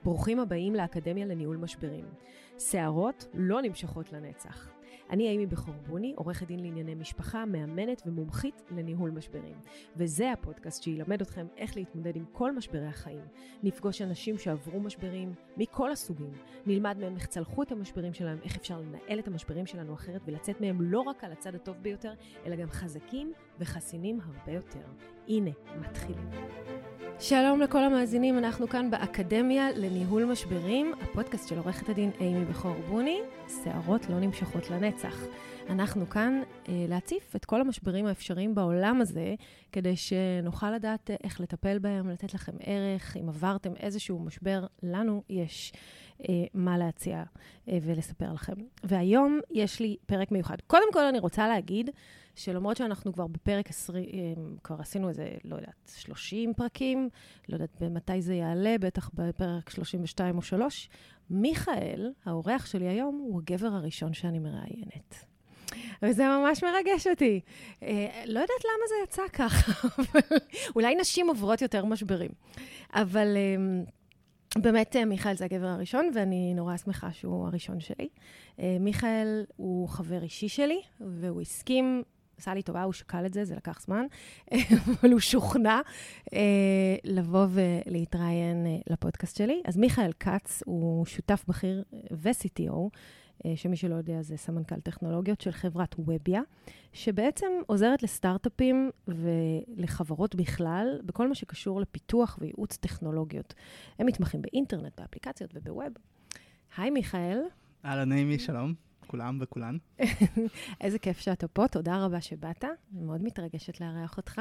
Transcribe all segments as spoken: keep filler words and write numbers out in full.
ברוכים הבאים לאקדמיה לניהול משברים. שערות לא נמשכות לנצח. אני אימי בחורבוני, עורכת דין לענייני משפחה, מאמנת ומומחית לניהול משברים. וזה הפודקאסט שילמד אתכם איך להתמודד עם כל משברי החיים. נפגוש אנשים שעברו משברים מכל הסוגים. נלמד מהם איך צלחו את המשברים שלהם, איך אפשר לנהל את המשברים שלנו אחרת ולצאת מהם לא רק על הצד הטוב ביותר, אלא גם חזקים וחסינים הרבה יותר. הנה, מתחילים. שלום לכל המאזינים, אנחנו כאן באקדמיה לניהול משברים, הפודקאסט של עורכת הדין אימי בחורבוני, שערות לא נמשכות לנצח. אנחנו כאן אה, להציף את כל המשברים האפשריים בעולם הזה, כדי שנוכל לדעת איך לטפל בהם, לתת לכם ערך, אם עברתם איזשהו משבר, לנו יש אה, מה להציע אה, ולספר לכם. והיום יש לי פרק מיוחד. קודם כל אני רוצה להגיד, שלמרות שאנחנו כבר בפרק עשרים, כבר עשינו איזה, לא יודעת, שלושים פרקים, לא יודעת במתי זה יעלה, בטח בפרק שלושים ושתיים או שלוש, מיכאל, האורח שלי היום, הוא הגבר הראשון שאני מראיינת. וזה ממש מרגש אותי. אה, לא יודעת למה זה יצא ככה, אבל אולי נשים עוברות יותר משברים. אבל אה, באמת מיכאל זה הגבר הראשון, ואני נורא שמחה שהוא הראשון שלי. אה, מיכאל הוא חבר אישי שלי, והוא הסכים, עשה לי טובה, הוא שקל את זה, זה לקח זמן, אבל הוא שוכנע אה, לבוא ולהתראיין אה, לפודקאסט שלי. אז מיכאל קץ הוא שותף בכיר ו-סי טי או, אה, שמי שלא יודע זה סמנכ"ל טכנולוגיות של חברת ווביה, שבעצם עוזרת לסטארט-אפים ולחברות בכלל, בכל מה שקשור לפיתוח וייעוץ טכנולוגיות. הם מתמחים באינטרנט, באפליקציות ובווב. היי מיכאל. אהלן אימי, שלום. כולם וכולן. איזה כיף שאתה פה, תודה רבה שבאת. אני מאוד מתרגשת לארח אותך.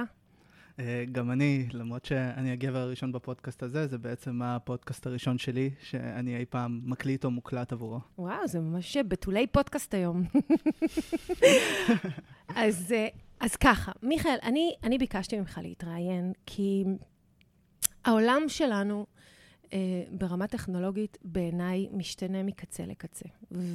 גם אני, למרות שאני הגבר הראשון בפודקאסט הזה, זה בעצם הפודקאסט הראשון שלי, שאני אי פעם מקליט או מוקלט עבורו. וואו, זה ממש בתולי פודקאסט היום. אז, אז ככה, מיכאל, אני, אני ביקשתי ממך להתראיין, כי העולם שלנו, ברמה טכנולוגית בעיניי משתנה מקצה לקצה.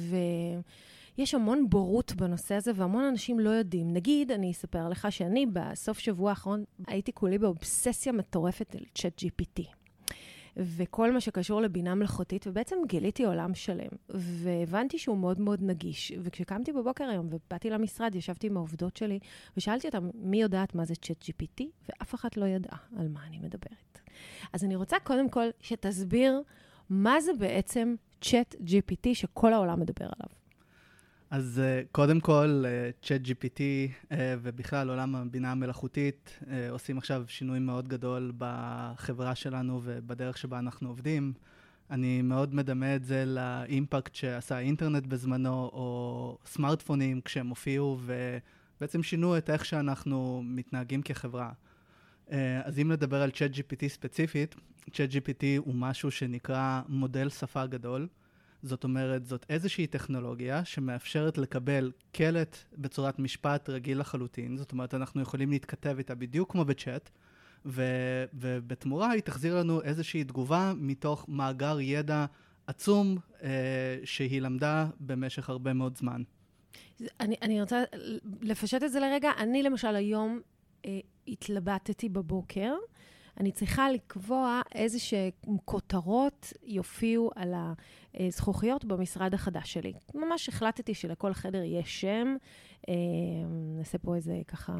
ויש המון בורות בנושא הזה, והמון אנשים לא יודעים. נגיד, אני אספר לך שאני בסוף שבוע האחרון הייתי כולי באובססיה מטורפת על צ'אט ג'י פי טי. וכל מה שקשור לבינה מלאכותית, ובעצם גיליתי עולם שלם. והבנתי שהוא מאוד מאוד נגיש. וכשקמתי בבוקר היום ובאתי למשרד, ישבתי עם העובדות שלי, ושאלתי אותם מי יודעת מה זה צ'אט ג'י פי טי, ואף אחד לא ידעה על מה אני מדברת. אז אני רוצה קודם כל שתסביר מה זה בעצם צ'אט ג'י פי טי שכל העולם מדבר עליו. אז uh, קודם כל, צ'אט ג'י פי טי uh, ובכלל עולם הבינה המלאכותית uh, עושים עכשיו שינוי מאוד גדול בחברה שלנו ובדרך שבה אנחנו עובדים. אני מאוד מדמה את זה לאימפקט שעשה האינטרנט בזמנו, או סמארטפונים כשהם הופיעו ובעצם שינו את איך שאנחנו מתנהגים כחברה. אז אם לדבר על צ'אט ג'י פי טי ספציפית, צ'אט ג'י פי טי הוא משהו שנקרא מודל שפה גדול. זאת אומרת, זאת איזושהי טכנולוגיה שמאפשרת לקבל קלט בצורת משפט רגיל לחלוטין. זאת אומרת, אנחנו יכולים להתכתב איתה בדיוק כמו בצ'אט, ו- ובתמורה היא תחזיר לנו איזושהי תגובה מתוך מאגר ידע עצום אה, שהיא למדה במשך הרבה מאוד זמן. אני, אני רוצה לפשט את זה לרגע. אני למשל היום אה, התלבטתי בבוקר, אני צריכה לקבוע איזה שכותרות יופיעו על הזכוכיות במשרד החדש שלי. ממש החלטתי שלכל חדר יש שם, נעשה פה איזה ככה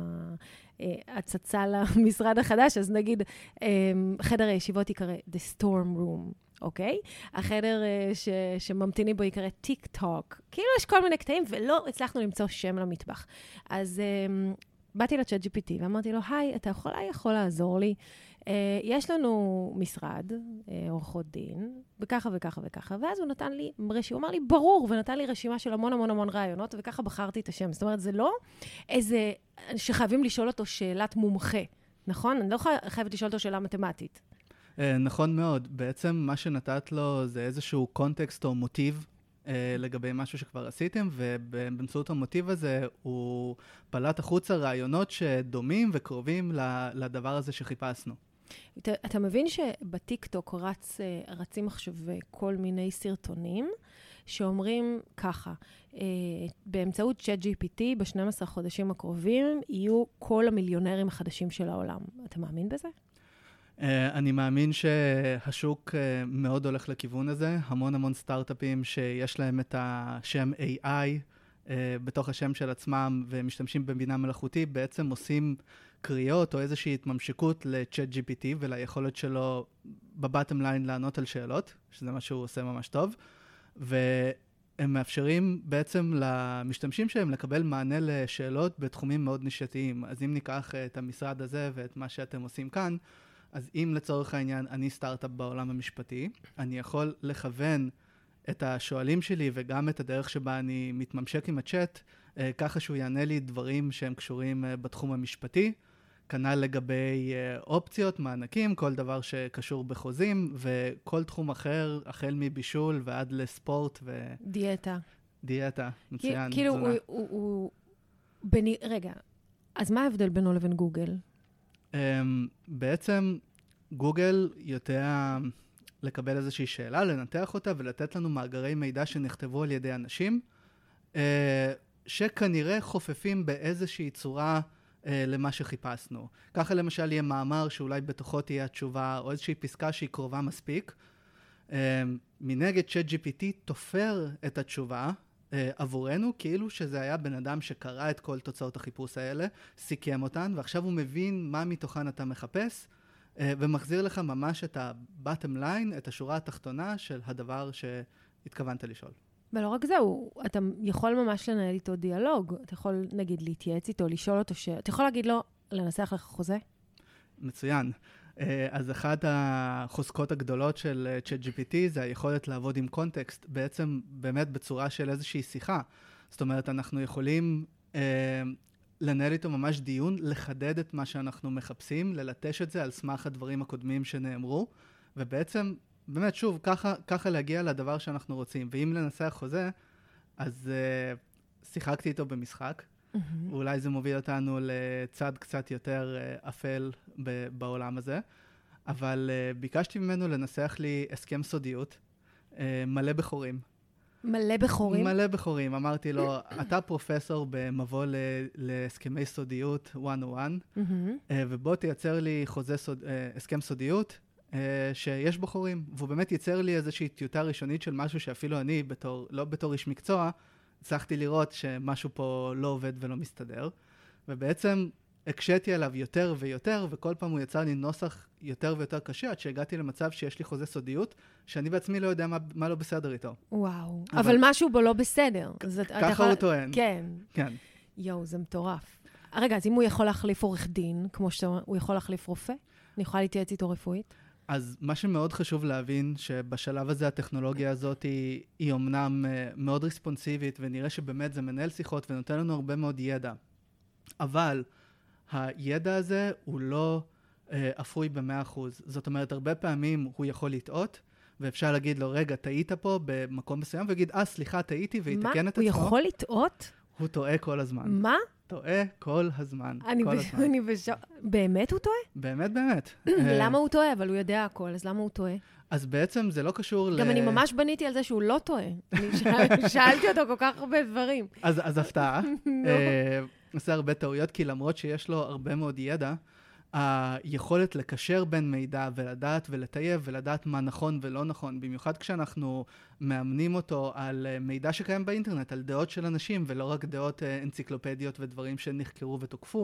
הצצה למשרד החדש, אז נגיד חדר הישיבות יקרא The Storm Room, אוקיי? החדר ש, שממתינים בו יקרא טיק טוק. כאילו יש כל מיני קטעים ולא הצלחנו למצוא שם למטבח. אז באתי לצ'אט ג'י פי טי ואמרתי לו, היי, אתה יכול, יכול לעזור לי? Uh, יש לנו משרד, uh, עורכות דין, וככה וככה וככה, ואז הוא נתן לי רשימה, הוא אמר לי, ברור, ונתן לי רשימה של המון המון המון רעיונות, וככה בחרתי את השם. זאת אומרת, זה לא איזה, שחייבים לשאול אותו שאלת מומחה, נכון? אני לא חייבת לשאול אותו שאלה מתמטית. Uh, נכון מאוד. בעצם מה שנתת לו זה איזשהו קונטקסט או מוטיב, Uh, לגבי משהו שכבר עשיתם, ובאמצעות המוטיב הזה הוא פלט החוצה רעיונות שדומים וקרובים לדבר הזה שחיפשנו. אתה, אתה מבין שבטיק-טוק רץ, רצים עכשיו כל מיני סרטונים שאומרים ככה, באמצעות צ'אט ג'י פי טי ב-שנים עשר חודשים הקרובים יהיו כל המיליונרים החדשים של העולם. אתה מאמין בזה? אני מאמין שהשוק מאוד הולך לכיוון הזה, המון המון סטארט-אפים שיש להם את השם איי איי בתוך השם של עצמם ומשתמשים בבינה מלאכותית, בעצם עושים קריאות או איזושהי התממשקות ל-צ'אט ג'י פי טי וליכולת שלו בבטם ליין לענות על שאלות, שזה מה שהוא עושה ממש טוב, והם מאפשרים בעצם למשתמשים שלהם לקבל מענה לשאלות בתחומים מאוד נישתיים. אז אם ניקח את המשרד הזה ואת מה שאתם עושים כאן, אז אם לצורך העניין אני סטארט-אפ בעולם המשפטי, אני יכול לכוון את השואלים שלי וגם את הדרך שבה אני מתממשק עם הצ'אט, ככה שהוא יענה לי דברים שהם קשורים בתחום המשפטי, כנ"ל לגבי אופציות, מענקים, כל דבר שקשור בחוזים, וכל תחום אחר, החל מבישול ועד לספורט ו... דיאטה. דיאטה, מצוין. כאילו הוא... הוא, הוא... בני... רגע, אז מה ההבדל בינו לבין גוגל? Um, בעצם גוגל יודע לקבל איזושהי שאלה, לנתח אותה ולתת לנו מאגרי מידע שנכתבו על ידי אנשים, uh, שכנראה חופפים באיזושהי צורה uh, למה שחיפשנו. ככה למשל יהיה מאמר שאולי בתוכו תהיה התשובה, או איזושהי פסקה שהיא קרובה מספיק. Uh, מנגד, צ'אט ג'י פי טי תופר את התשובה uh, עבורנו, כאילו שזה היה בן אדם שקרא את כל תוצאות החיפוש האלה, סיכם אותן, ועכשיו הוא מבין מה מתוכן אתה מחפש, uh, ומחזיר לך ממש את ה-bottom line, את השורה התחתונה של הדבר שהתכוונת לשאול. ולא רק זהו, אתה יכול ממש לנהל איתו דיאלוג. אתה יכול, נגיד, להתייעץ איתו, לשאול אותו ש... אתה יכול להגיד לו, לנסח לך חוזה? מצוין. אז אחת החוזקות הגדולות של צ'אט ג'י פי טי זה היכולת לעבוד עם קונטקסט, בעצם באמת בצורה של איזושהי שיחה. זאת אומרת, אנחנו יכולים אה, לנהל איתו ממש דיון, לחדד את מה שאנחנו מחפשים, ללטש את זה על סמך הדברים הקודמים שנאמרו, ובעצם... באמת, שוב, ככה, ככה להגיע לדבר שאנחנו רוצים. ואם לנסח חוזה, אז uh, שיחקתי איתו במשחק. Mm-hmm. ואולי זה מוביל אותנו לצד קצת יותר uh, אפל ב- בעולם הזה. אבל uh, ביקשתי ממנו לנסח לי הסכם סודיות, uh, מלא בחורים. מלא בחורים? מלא בחורים. אמרתי לו, אתה פרופסור במבוא ל- להסכמי סודיות מאה ואחת, mm-hmm. uh, ובוא תייצר לי חוזה סוד, uh, הסכם סודיות, Uh, שיש בו חורים, והוא באמת ייצר לי איזושהי טיוטה ראשונית של משהו שאפילו אני, בתור, לא בתור איש מקצוע, הצלחתי לראות שמשהו פה לא עובד ולא מסתדר, ובעצם הקשיתי עליו יותר ויותר, וכל פעם הוא יצר לי נוסח יותר ויותר קשה, עד שהגעתי למצב שיש לי חוזה סודיות, שאני בעצמי לא יודע מה, מה לא בסדר איתו. וואו, אבל, אבל משהו בו לא בסדר. כ- ככה יכול... הוא טוען. כן. כן. יואו, זה מטורף. רגע, אז אם הוא יכול להחליף עורך דין, כמו שהוא יכול להחליף רופא, אני יכולה להתייעץ איתו רפואית? אז מה שמאוד חשוב להבין, שבשלב הזה הטכנולוגיה הזאת היא, היא אומנם מאוד ריספונסיבית, ונראה שבאמת זה מנהל שיחות ונותן לנו הרבה מאוד ידע. אבל הידע הזה הוא לא אה, אפוי ב-מאה אחוז. זאת אומרת, הרבה פעמים הוא יכול לטעות, ואפשר להגיד לו, רגע, טעית פה במקום מסוים, ויגיד, אה, סליחה, טעיתי, ויתקן את עצמו. מה? הוא יכול לטעות? הוא טועה כל הזמן. מה? טועה כל הזמן. אני, כל ב- הזמן. אני בשוק. באמת הוא טועה? באמת, באמת. למה הוא טועה? אבל הוא יודע הכל, אז למה הוא טועה? אז בעצם זה לא קשור גם ל... גם אני ממש בניתי על זה שהוא לא טועה. אני שאל... שאלתי אותו כל כך הרבה דברים. אז, אז הפתעה. עושה הרבה טעויות, כי למרות שיש לו הרבה מאוד ידע, היכולת לקשר בין מידע ולדעת ולטייב ולדעת מה נכון ולא נכון, במיוחד כשאנחנו מאמנים אותו על מידע שקיים באינטרנט, על דעות של אנשים ולא רק דעות אנציקלופדיות ודברים שנחקרו ותוקפו,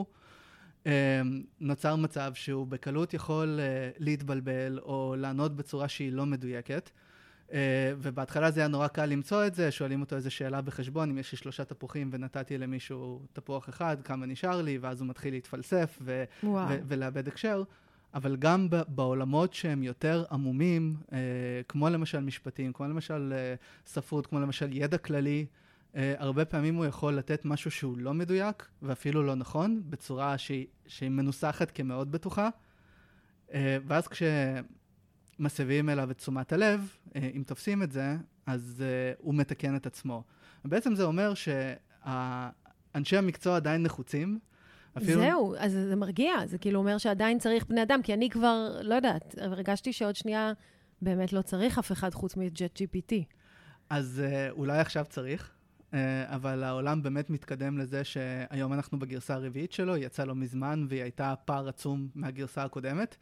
נוצר מצב שהוא בקלות יכול להתבלבל או לענות בצורה שהיא לא מדויקת, ובהתחלה זה היה נורא קל למצוא את זה, שואלים אותו איזה שאלה בחשבון, אם יש לי שלושה תפוחים ונתתי למישהו תפוח אחד, כמה נשאר לי, ואז הוא מתחיל להתפלסף ו- ו- ולאבד הקשר. אבל גם ב- בעולמות שהם יותר עמומים, אה, כמו למשל משפטים, כמו למשל אה, ספרות, כמו למשל ידע כללי, אה, הרבה פעמים הוא יכול לתת משהו שהוא לא מדויק, ואפילו לא נכון, בצורה שהיא, שהיא מנוסחת כמאוד בטוחה. אה, ואז כש... מסביבים אליו את תשומת הלב, אם תופסים את זה, אז uh, הוא מתקן את עצמו. ובעצם זה אומר שאנשי המקצוע עדיין נחוצים. אפילו... זהו, אז זה מרגיע, זה כאילו אומר שעדיין צריך בני אדם, כי אני כבר, לא יודעת, הרגשתי שעוד שנייה באמת לא צריך אף אחד חוץ מ-צ'אט ג'י פי טי. אז uh, אולי עכשיו צריך, uh, אבל העולם באמת מתקדם לזה שהיום אנחנו בגרסה הרביעית שלו, יצא לו מזמן והיא הייתה פער עצום מהגרסה הקודמת,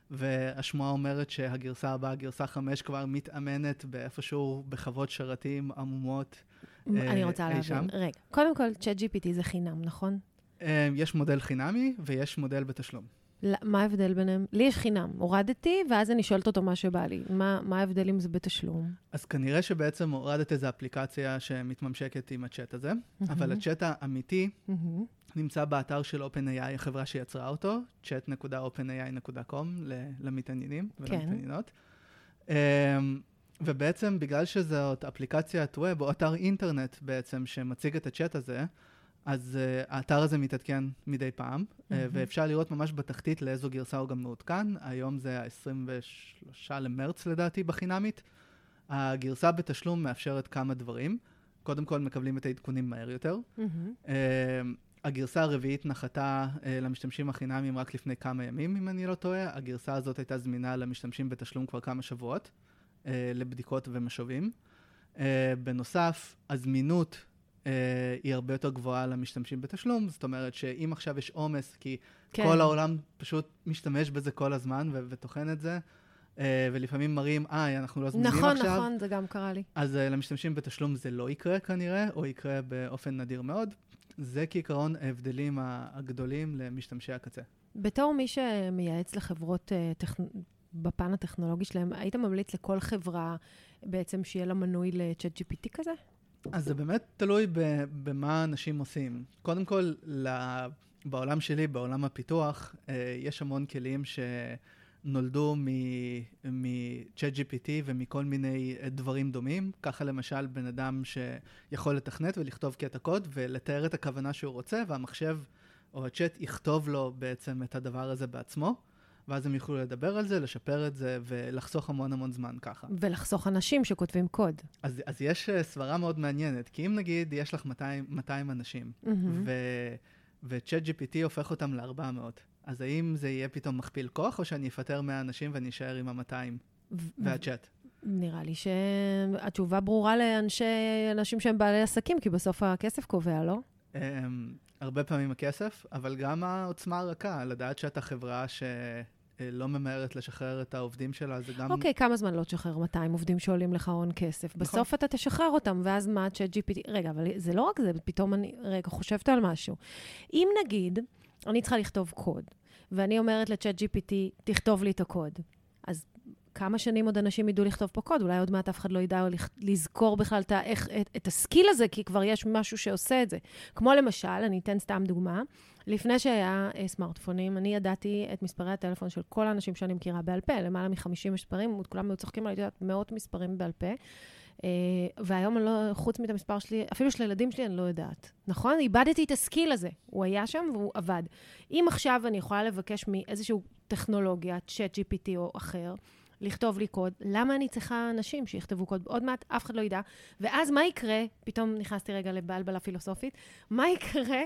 והשמועה אומרת שהגרסה הבאה, גרסה חמש, כבר מתאמנת באיפשהו בחוות שרתים עמומות. אני רוצה להבין. רגע, קודם כל, ChatGPT זה חינם, נכון? יש מודל חינמי ויש מודל בתשלום. מה ההבדל ביניהם? לי יש חינם. הורדתי, ואז אני שואלת אותו מה שבא לי. מה, מה ההבדל אם זה בתשלום? אז כנראה שבעצם הורדת איזו אפליקציה שמתממשקת עם הצ'אט הזה, mm-hmm. אבל הצ'אט האמיתי mm-hmm. נמצא באתר של OpenAI, החברה שיצרה אותו, צ'אט דוט אופן איי איי דוט קום למתעניינים ולמתעניינות. כן. ובעצם בגלל שזאת אפליקציית ווב או אתר אינטרנט בעצם שמציג את הצ'אט הזה, אז uh, האתר הזה מתעדכן מדי פעם, mm-hmm. uh, ואפשר לראות ממש בתחתית לאיזו גרסה הוא גם מעודכן. היום זה ה-עשרים ושלושה למרץ לדעתי בחינמית. הגרסה בתשלום מאפשרת כמה דברים. קודם כל מקבלים את העדכונים מהר יותר. Mm-hmm. Uh, הגרסה הרביעית נחתה uh, למשתמשים החינמיים רק לפני כמה ימים, אם אני לא טועה. הגרסה הזאת הייתה זמינה למשתמשים בתשלום כבר כמה שבועות, uh, לבדיקות ומשובים. Uh, בנוסף, הזמינות Uh, היא הרבה יותר גבוהה למשתמשים בתשלום, זאת אומרת שאם עכשיו יש עומס, כי כן. כל העולם פשוט משתמש בזה כל הזמן ו- ותוכן את זה, uh, ולפעמים מראים, אה, אנחנו לא זמינים נכון, עכשיו. נכון, נכון, זה גם קרה לי. אז uh, למשתמשים בתשלום זה לא יקרה כנראה, או יקרה באופן נדיר מאוד. זה כעיקרון ההבדלים הגדולים למשתמשי הקצה. בתור מי שמייעץ לחברות uh, טכ... בפן הטכנולוגי שלהם, היית ממליץ לכל חברה בעצם שיהיה לה מנוי ל-ChatGPT כזה? אז זה באמת תלוי במה אנשים עושים. קודם כל, בעולם שלי, בעולם הפיתוח, יש המון כלים שנולדו מ-ChatGPT ומכל מיני דברים דומים. ככה למשל, בן אדם שיכול לתכנת ולכתוב קטע קוד ולתאר את הכוונה שהוא רוצה, והמחשב או הצ'אט יכתוב לו בעצם את הדבר הזה בעצמו. ואז הם יוכלו לדבר על זה, לשפר את זה, ולחסוך המון המון זמן ככה. ולחסוך אנשים שכותבים קוד. אז, אז יש סברה מאוד מעניינת, כי אם נגיד יש לך מאתיים, מאתיים אנשים, mm-hmm. ו, ו-ChatGPT הופך אותם ל-ארבע מאות, אז האם זה יהיה פתאום מכפיל כוח, או שאני אפטר מאה אנשים ואני אשאר עם ה-מאתיים ו- והצ'אט? נראה לי שהתשובה ברורה לאנשי, אנשים שהם בעלי עסקים, כי בסוף הכסף קובע, לא? Um, הרבה פעמים הכסף, אבל גם העוצמה הרכה, לדעת שאתה חברה שלא ממהרת לשחרר את העובדים שלה, זה גם... אוקיי, כמה זמן לא תשחרר מאתיים עובדים שעולים לך הון כסף? בסוף אתה תשחרר אותם, ואז מה, ChatGPT... רגע, אבל זה לא רק זה, פתאום אני, רגע, חושבת על משהו. אם נגיד, אני צריכה לכתוב קוד, ואני אומרת ל-ChatGPT, תכתוב לי את הקוד, אז כמה שנים עוד אנשים ידעו לכתוב פה קוד? אולי עוד מעט אף אחד לא ידע לזכור בכלל את, איך, את, את הסקיל הזה, כי כבר יש משהו שעושה את זה. כמו למשל, אני אתן סתם דוגמה, לפני שהיה אה, סמארטפונים, אני ידעתי את מספרי הטלפון של כל האנשים שאני מכירה בעל פה, למעלה מ-חמישים מספרים, כולם היו צוחקים, אני יודעת מאות מספרים בעל פה, אה, והיום אני לא, חוץ מאת המספר שלי, אפילו של הילדים שלי אני לא יודעת. נכון? איבדתי את הסקיל הזה. הוא היה שם והוא עבד. אם עכשיו אני יכולה לבקש מאיזשהו טכנולוגיה, ChatGPT או אחר, לכתוב לי קוד, למה אני צריכה אנשים שיכתבו קוד? עוד מעט אף אחד לא ידע. ואז מה יקרה? פתאום נכנסתי רגע לבלבלה פילוסופית. מה יקרה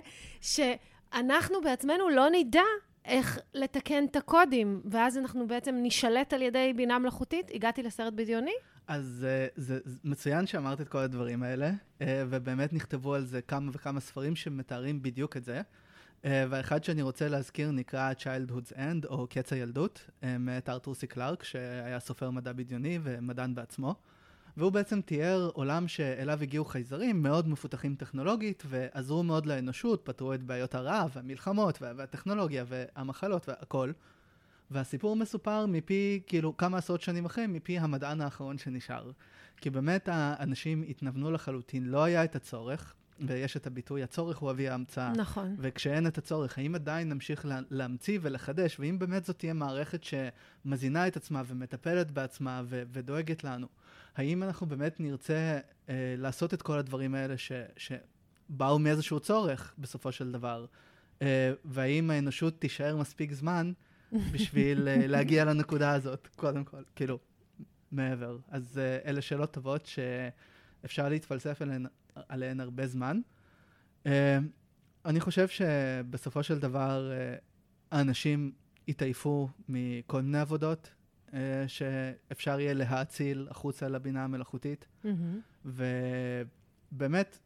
שאנחנו בעצמנו לא נדע איך לתקן את הקודים, ואז אנחנו בעצם נשלט על ידי בינה מלאכותית? הגעתי לסרט בדיוני? אז זה, זה מצוין שאמרת את כל הדברים האלה, ובאמת נכתבו על זה כמה וכמה ספרים שמתארים בדיוק את זה. Uh, והאחד שאני רוצה להזכיר נקרא Childhood's End, או קץ הילדות, uh, מאת ארתור סי קלארק, שהיה סופר מדע בדיוני ומדען בעצמו. והוא בעצם תיאר עולם שאליו הגיעו חייזרים מאוד מפותחים טכנולוגית, ועזרו מאוד לאנושות, פתרו את בעיות הרעב, המלחמות, וה- והטכנולוגיה, והמחלות והכל. והסיפור מסופר מפי, כאילו, כמה עשרות שנים אחרי, מפי המדען האחרון שנשאר. כי באמת האנשים התנוונו לחלוטין, לא היה את הצורך, ויש את הביטוי, הצורך הוא אבי ההמצאה. נכון. וכשאין את הצורך, האם עדיין נמשיך לה, להמציא ולחדש, ואם באמת זאת תהיה מערכת שמזינה את עצמה ומטפלת בעצמה ו- ודואגת לנו, האם אנחנו באמת נרצה אה, לעשות את כל הדברים האלה ש- שבאו מאיזשהו צורך בסופו של דבר, אה, והאם האנושות תישאר מספיק זמן בשביל אה, להגיע לנקודה הזאת, קודם כל, כאילו, מעבר. אז אה, אלה שאלות טובות שאפשר להתפלסף אליהן, עליהן הרבה זמן. Uh, אני חושב שבסופו של דבר uh, האנשים התעייפו מכל מיני עבודות uh, שאפשר יהיה להאציל החוצה לבינה המלאכותית. Mm-hmm. ובאמת,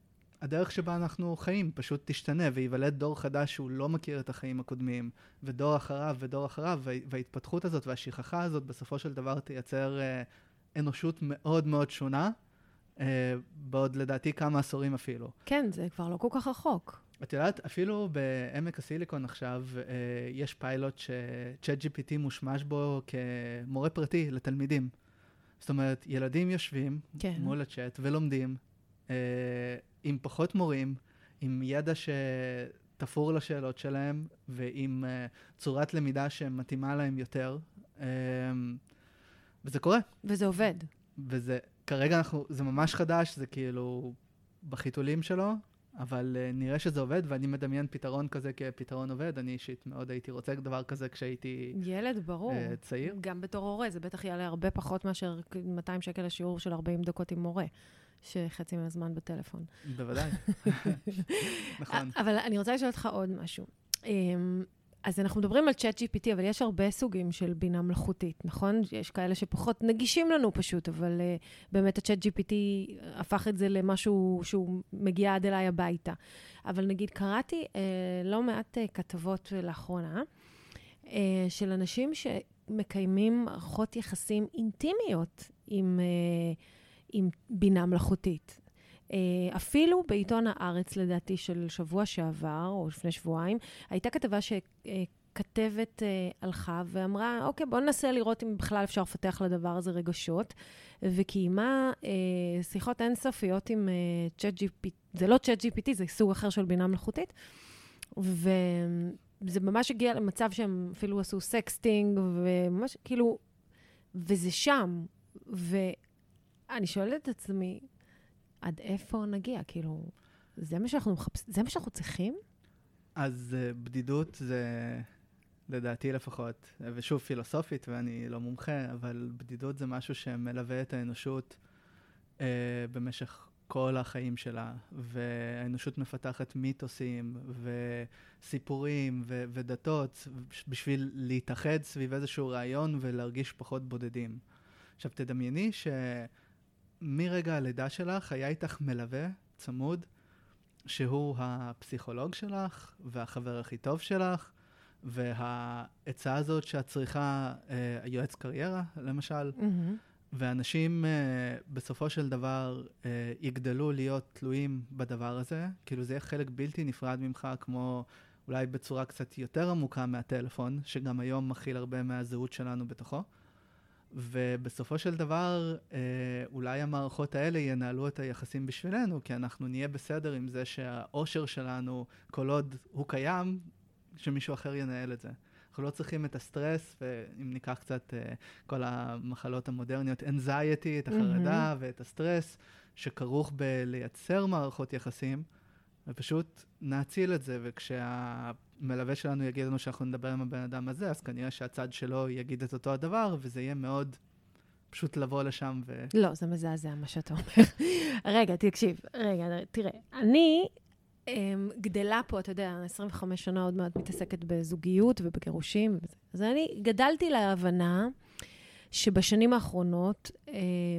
הדרך שבה אנחנו חיים פשוט תשתנה, ויוולד דור חדש שהוא לא מכיר את החיים הקודמים, ודור אחריו ודור אחריו, וההתפתחות הזאת והשכחה הזאת בסופו של דבר תייצר אה, אנושות מאוד מאוד שונה, אה, בעוד לדעתי כמה עשורים אפילו. כן, זה כבר לא כל כך רחוק. את יודעת, אפילו בעמק הסיליקון עכשיו, אה, יש פיילוט ש-צ'אט ג'י פי טי מושמש בו כמורה פרטי לתלמידים. זאת אומרת, ילדים יושבים כן. מול הצ'אט ולומדים, אה, עם פחות מורים, עם ידע שתפור לשאלות שלהם, ועם uh, צורת למידה שמתאימה להם יותר. Um, וזה קורה. וזה עובד. וזה, כרגע אנחנו, זה ממש חדש, זה כאילו בחיתולים שלו, אבל uh, נראה שזה עובד, ואני מדמיין פתרון כזה כפתרון עובד. אני אישית מאוד הייתי רוצה דבר כזה כשהייתי ילד, ברור. Uh, צעיר. גם בתור הורה, זה בטח יעלה הרבה פחות מאשר מאתיים שקל לשיעור של ארבעים דקות עם מורה. שחצי מהזמן בטלפון. בוודאי. נכון. אבל אני רוצה לשאול אותך עוד משהו. אז אנחנו מדברים על צ'אט ג'י פי טי, אבל יש הרבה סוגים של בינה מלאכותית, נכון? יש כאלה שפחות נגישים לנו פשוט, אבל באמת הצ'אט ג'י פי טי הפך את זה למשהו שהוא מגיע עד אליי הביתה. אבל נגיד, קראתי לא מעט כתבות לאחרונה, של אנשים שמקיימים מערכות יחסים אינטימיות עם עם בינה מלאכותית. אפילו בעיתון הארץ, לדעתי, של שבוע שעבר, או לפני שבועיים, הייתה כתבה שכתבת הלכה ואמרה, אוקיי, בואו ננסה לראות אם בכלל אפשר לפתח לדבר הזה רגשות, וקיימה שיחות אינסופיות עם צ'אט ג'י פי טי, זה לא צ'אט ג'י פי טי, זה סוג אחר של בינה מלאכותית, וזה ממש הגיע למצב שהם אפילו עשו סקסטינג, וממש כאילו, וזה שם, ו... אני שואלת את עצמי, עד איפה נגיע? כאילו, זה מה שאנחנו מחפש... זה מה שאנחנו צריכים? אז uh, בדידות זה, לדעתי לפחות, ושוב פילוסופית, ואני לא מומחה, אבל בדידות זה משהו שמלווה את האנושות uh, במשך כל החיים שלה, והאנושות מפתחת מיתוסים וסיפורים ו- ודתות, בשביל להתאחד סביב איזשהו רעיון ולהרגיש פחות בודדים. עכשיו, תדמייני ש... מרגע הלידה שלך היה איתך מלווה צמוד, שהוא הפסיכולוג שלך, והחבר הכי טוב שלך, והעצה הזאת שאת צריכה, אה, היועץ קריירה, למשל, mm-hmm. ואנשים אה, בסופו של דבר אה, יגדלו להיות תלויים בדבר הזה, כאילו זה יהיה חלק בלתי נפרד ממך, כמו אולי בצורה קצת יותר עמוקה מהטלפון, שגם היום מכיל הרבה מהזהות שלנו בתוכו. ובסופו של דבר, אה, אולי המערכות האלה ינהלו את היחסים בשבילנו, כי אנחנו נהיה בסדר עם זה שהאושר שלנו, כל עוד הוא קיים, שמישהו אחר ינהל את זה. אנחנו לא צריכים את הסטרס, ואם ניקח קצת אה, כל המחלות המודרניות, anxiety, את החרדה mm-hmm. ואת הסטרס, שכרוך בלייצר מערכות יחסים, ופשוט נאציל את זה, וכשהמלווה שלנו יגיד לנו שאנחנו נדבר עם הבן אדם הזה, אז כנראה שהצד שלו יגיד את אותו הדבר, וזה יהיה מאוד פשוט לבוא לשם ו... לא, זה מזעזע מה שאתה אומר. רגע, תקשיב, רגע, תראה, אני אמ, גדלה פה, אתה יודע, עשרים וחמש שנה עוד מעט מתעסקת בזוגיות ובגירושים, ובזה. אז אני גדלתי להבנה שבשנים האחרונות, אמ,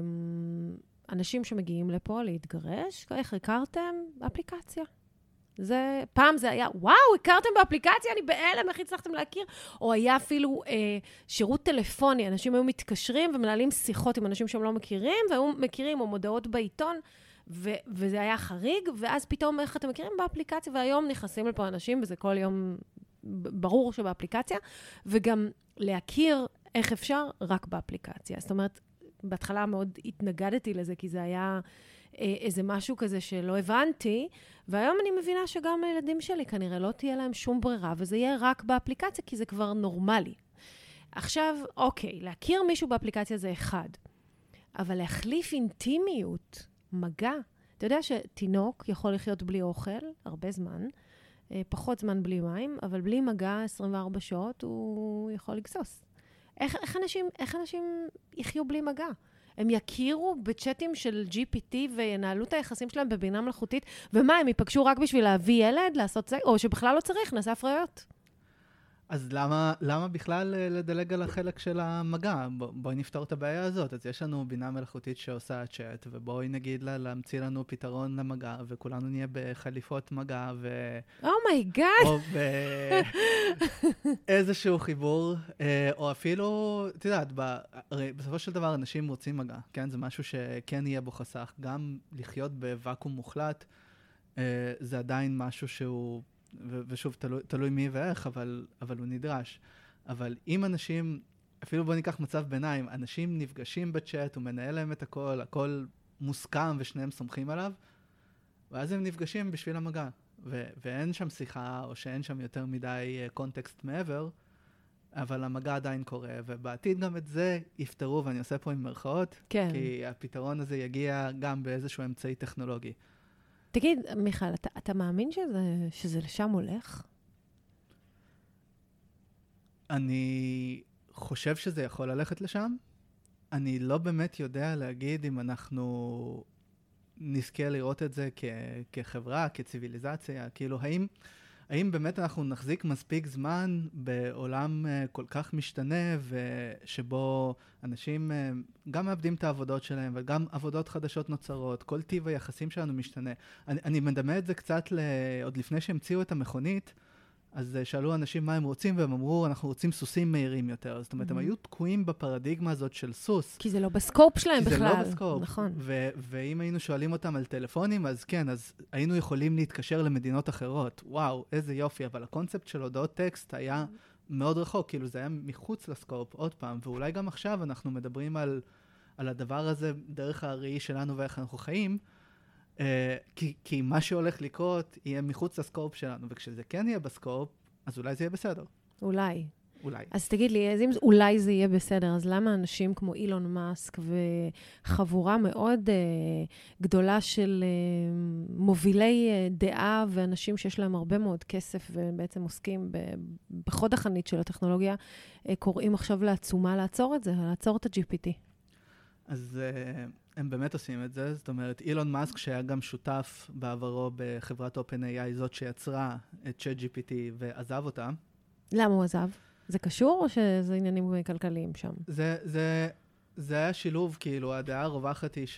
אנשים שמגיעים לפה להתגרש, איך הכרתם? באפליקציה. זה, פעם זה היה, וואו, הכרתם באפליקציה, אני בהלם, איך הצלחתם להכיר? או היה אפילו אה, שירות טלפוני, אנשים היו מתקשרים ומנהלים שיחות עם אנשים שהם לא מכירים, והיו מכירים או מודעות בעיתון, ו- וזה היה חריג, ואז פתאום איך אתם מכירים באפליקציה, והיום נכנסים לפה אנשים, וזה כל יום ברור שבאפליקציה, וגם להכיר איך אפשר רק באפליקציה. זאת אומרת, בהתחלה מאוד התנגדתי לזה, כי זה היה אה, איזה משהו כזה שלא הבנתי, והיום אני מבינה שגם הילדים שלי כנראה לא תהיה להם שום ברירה, וזה יהיה רק באפליקציה, כי זה כבר נורמלי. עכשיו, אוקיי, להכיר מישהו באפליקציה זה אחד, אבל להחליף אינטימיות, מגע, אתה יודע שתינוק יכול לחיות בלי אוכל, הרבה זמן, אה, פחות זמן בלי מים, אבל בלי מגע עשרים וארבע שעות הוא יכול לגסוס. איך, איך אנשים, איך אנשים יחיו בלי מגע? הם יכירו בצ'אטים של ג'י פי טי וינהלו את היחסים שלהם בבינה מלאכותית, ומה, הם ייפגשו רק בשביל להביא ילד, לעשות זה, או שבכלל לא צריך, נעשה הפריות. אז למה, למה בכלל לדלג על החלק של המגע? ב, בואי נפתור את הבעיה הזאת. אז יש לנו בינה מלאכותית שעושה צ'אט, ובואי נגיד לה להמציא לנו פתרון למגע, וכולנו נהיה בחליפות מגע, ו... אומייגאד! או באיזשהו חיבור, או אפילו, את יודעת, ב... הרי בסופו של דבר אנשים רוצים מגע, כן? זה משהו שכן יהיה בו חסך. גם לחיות בוואקום מוחלט, זה עדיין משהו שהוא... ו- ושוב, תלו, תלוי מי ואיך, אבל, אבל הוא נדרש. אבל אם אנשים, אפילו בוא ניקח מצב ביניים, אנשים נפגשים בצ'אט, הוא מנהל להם את הכל, הכל מוסכם ושניהם סומכים עליו, ואז הם נפגשים בשביל המגע. ו- ואין שם שיחה, או שאין שם יותר מדי קונטקסט מעבר, אבל המגע עדיין קורה, ובעתיד גם את זה יפתרו, ואני עושה פה עם מרכאות, כן. כי הפתרון הזה יגיע גם באיזשהו אמצעי טכנולוגי. תגיד, מיכל, אתה, אתה מאמין שזה, שזה לשם הולך? אני חושב שזה יכול ללכת לשם. אני לא באמת יודע להגיד אם אנחנו נזכה לראות את זה כ- כחברה, כציביליזציה. כאילו, האם, האם באמת אנחנו נחזיק מספיק זמן בעולם uh, כל כך משתנה, ושבו אנשים uh, גם מאבדים את העבודות שלהם, וגם עבודות חדשות נוצרות, כל טיב היחסים שלנו משתנה. אני, אני מדמה את זה קצת ל... עוד לפני שהמציאו את המכונית, אז uh, שאלו אנשים מה הם רוצים, והם אמרו, אנחנו רוצים סוסים מהירים יותר. זאת אומרת, mm-hmm. הם היו תקועים בפרדיגמה הזאת של סוס. כי זה לא בסקופ שלהם כי בכלל. כי זה לא בסקופ. נכון. ו- ואם היינו שואלים אותם על טלפונים, אז כן, אז היינו יכולים להתקשר למדינות אחרות. וואו, איזה יופי, אבל הקונספט של הודעות טקסט היה מאוד רחוק, כאילו זה היה מחוץ לסקופ, עוד פעם, ואולי גם עכשיו אנחנו מדברים על, על הדבר הזה דרך הראי שלנו ואיך אנחנו חיים, Uh, כי, כי מה שהולך לקרות יהיה מחוץ לסקופ שלנו, וכשזה כן יהיה בסקופ, אז אולי זה יהיה בסדר. אולי. אולי. אז תגיד לי, אז אם אולי זה יהיה בסדר, אז למה אנשים כמו אילון מאסק וחבורה מאוד uh, גדולה של uh, מובילי uh, דעה ואנשים שיש להם הרבה מאוד כסף ובעצם עוסקים ב- בחוד החנית של הטכנולוגיה, uh, קוראים עכשיו לעצומה לעצור את זה, לעצור את ה-ג'י פי טי? אז uh, הם באמת עושים את זה. זאת אומרת, אילון מאסק, שהיה גם שותף בעברו בחברת OpenAI, זאת שיצרה את צ'אט ג'י פי טי ועזב אותה. למה הוא עזב? זה קשור או שזה עניינים כלכליים שם? זה, זה, זה היה שילוב, כאילו, הדעה הרווחת היא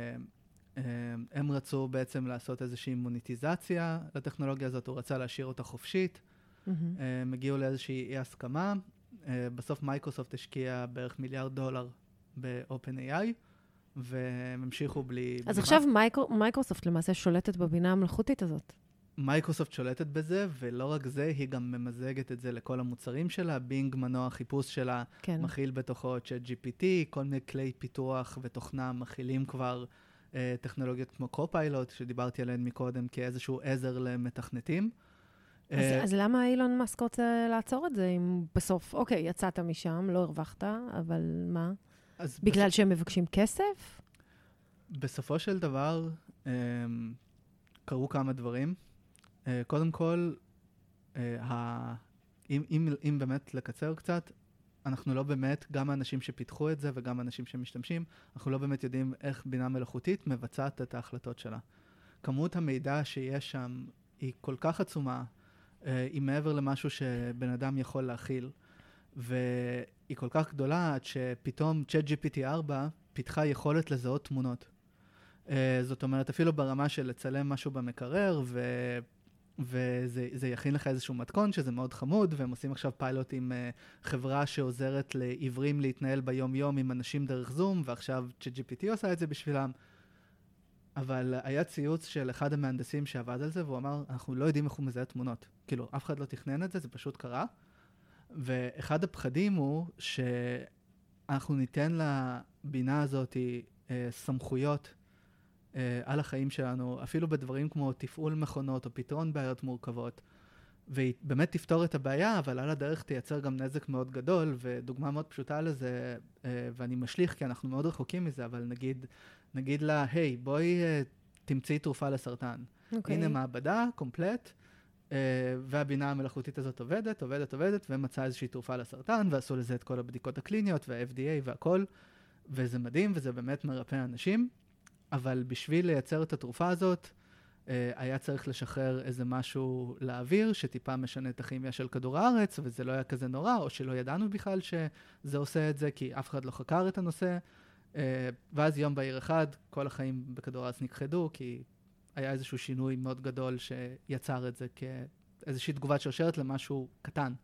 שהם רצו בעצם לעשות איזושהי מוניטיזציה לטכנולוגיה הזאת, הוא רצה להשאיר אותה חופשית, mm-hmm. הם הגיעו לאיזושהי אי הסכמה, בסוף מייקרוסופט השקיע בערך מיליארד דולר ב-OpenAI, והם המשיכו בלי... אז עכשיו מייקרו, מייקרוסופט למעשה שולטת בבינה המלאכותית הזאת. מייקרוסופט שולטת בזה, ולא רק זה, היא גם ממזגת את זה לכל המוצרים שלה. בינג, מנוע החיפוש שלה, כן. מכיל בתוכו צ'אט ג'י פי טי, כל מיני כלי פיתוח ותוכנה מכילים כבר אה, טכנולוגיות כמו קופיילוט, שדיברתי עליהן מקודם כאיזשהו עזר למתכנתים. אז, אה, אז למה אילון מאסק רוצה לעצור את זה? אם בסוף, אוקיי, יצאת משם, לא הרווחת, אבל מה? בגלל בסופ... שהם מבקשים כסף? בסופו של דבר, אה, קרו כמה דברים. Uh, קודם כל, uh, ה... אם, אם, אם באמת לקצר קצת, אנחנו לא באמת, גם האנשים שפיתחו את זה וגם האנשים שמשתמשים, אנחנו לא באמת יודעים איך בינה מלאכותית מבצעת את ההחלטות שלה. כמות המידע שיש שם היא כל כך עצומה, uh, היא מעבר למשהו שבן אדם יכול להכיל, והיא כל כך גדולה עד שפתאום צ'אט ג'י פי טי ארבע פיתחה יכולת לזהות תמונות. Uh, זאת אומרת, אפילו ברמה של לצלם משהו במקרר, ו... וזה יכין לך איזשהו מתכון, שזה מאוד חמוד, והם עושים עכשיו פיילוט עם uh, חברה שעוזרת לעברים להתנהל ביום-יום עם אנשים דרך זום, ועכשיו צ'אט ג'י פי טי עושה את זה בשבילם. אבל היה ציוץ של אחד המהנדסים שעבד על זה, והוא אמר, אנחנו לא יודעים איך הוא מזהה תמונות. כאילו, אף אחד לא תכנן את זה, זה פשוט קרה. ואחד הפחדים הוא שאנחנו ניתן לבינה הזאת uh, סמכויות, Uh, על החיים שלנו, אפילו בדברים כמו תפעול מכונות או פתרון בעיות מורכבות, והיא באמת תפתור את הבעיה, אבל על הדרך תייצר גם נזק מאוד גדול, ודוגמה מאוד פשוטה לזה, uh, ואני משליך כי אנחנו מאוד רחוקים מזה, אבל נגיד, נגיד לה, היי, בואי uh, תמצאי תרופה לסרטן. Okay. הנה מעבדה, קומפלט, uh, והבינה המלאכותית הזאת עובדת, עובדת, עובדת, ומצאה איזושהי תרופה לסרטן, ועשו לזה את כל הבדיקות הקליניות, וה-אף די איי והכל, וזה מדהים, וזה באמת מרפא אנשים. אבל בשביל לייצר את התרופה הזאת, היה צריך לשחרר איזה משהו לאוויר, שטיפה משנה את הכימיה של כדור הארץ, וזה לא היה כזה נורא, או שלא ידענו בכלל שזה עושה את זה, כי אף אחד לא חקר את הנושא. ואז יום בהיר אחד, כל החיים בכדור הארץ נכחדו, כי היה איזשהו שינוי מאוד גדול שיצר את זה כאיזושהי תגובת שרשרת למשהו קטן.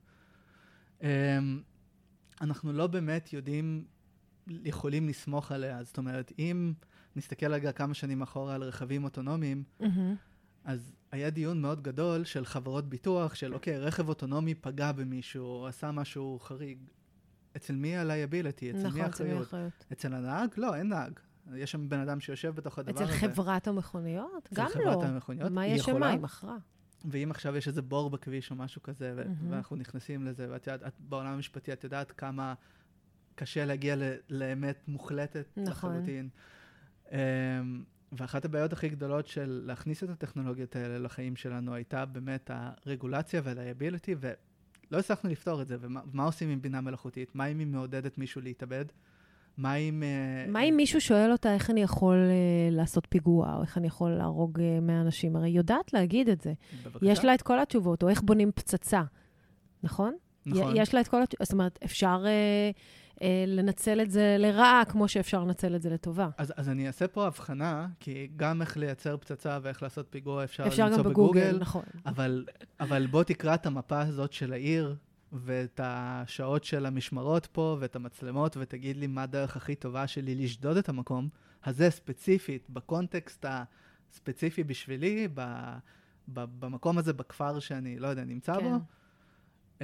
אנחנו לא באמת יודעים, יכולים לסמוך עליה. זאת אומרת, אם נסתכל רגע כמה שנים אחורה על רכבים אוטונומיים, mm-hmm. אז היה דיון מאוד גדול של חברות ביטוח, של אוקיי, רכב אוטונומי פגע במישהו, או עשה משהו חריג. אצל מי ה-liability? אצל מי האחריות? אצל הנהג? לא, אין נהג. יש שם בן אדם שיושב בתוך הדבר הזה. אצל חברת המכוניות? גם לא. אצל חברת המכוניות. מה יש שמה? היא מכרה. ואם עכשיו יש איזה בור בכביש או משהו כזה, ו- mm-hmm. ואנחנו נכנסים לזה, ואת יודעת, את, בעולם המשפטי את יודעת כמה קשה להגיע ל- לאמת מוחלטת נכון. לחלוטין. Um, ואחת הבעיות הכי גדולות של להכניס את הטכנולוגיות האלה לחיים שלנו, הייתה באמת הרגולציה וה-liability, ולא הצלחנו לפתור את זה. ומה ומה עושים עם בינה מלאכותית? מה אם היא מעודדת מישהו להתאבד? מה אם... מה אם מישהו שואל אותה איך אני יכול uh, לעשות פיגוע, או איך אני יכול להרוג uh, מהאנשים? הרי יודעת להגיד את זה. בבקשה. יש לה את כל התשובות, או איך בונים פצצה, נכון? נכון. יש לה את כל התשובות, זאת אומרת, אפשר uh, uh, לנצל את זה לרעה, כמו שאפשר לנצל את זה לטובה. אז, אז אני אעשה פה הבחנה, כי גם איך לייצר פצצה ואיך לעשות פיגוע אפשר, אפשר למצוא גם בגוגל, בגוגל, נכון. אבל, אבל בוא תקרא את המפה הזאת של העיר, ואת השעות של המשמרות פה, ואת המצלמות, ותגיד לי מה הדרך הכי טובה שלי לשדוד את המקום, הזה ספציפית, בקונטקסט הספציפי בשבילי, ב, ב, במקום הזה, בכפר שאני, לא יודע, נמצא כן. בו,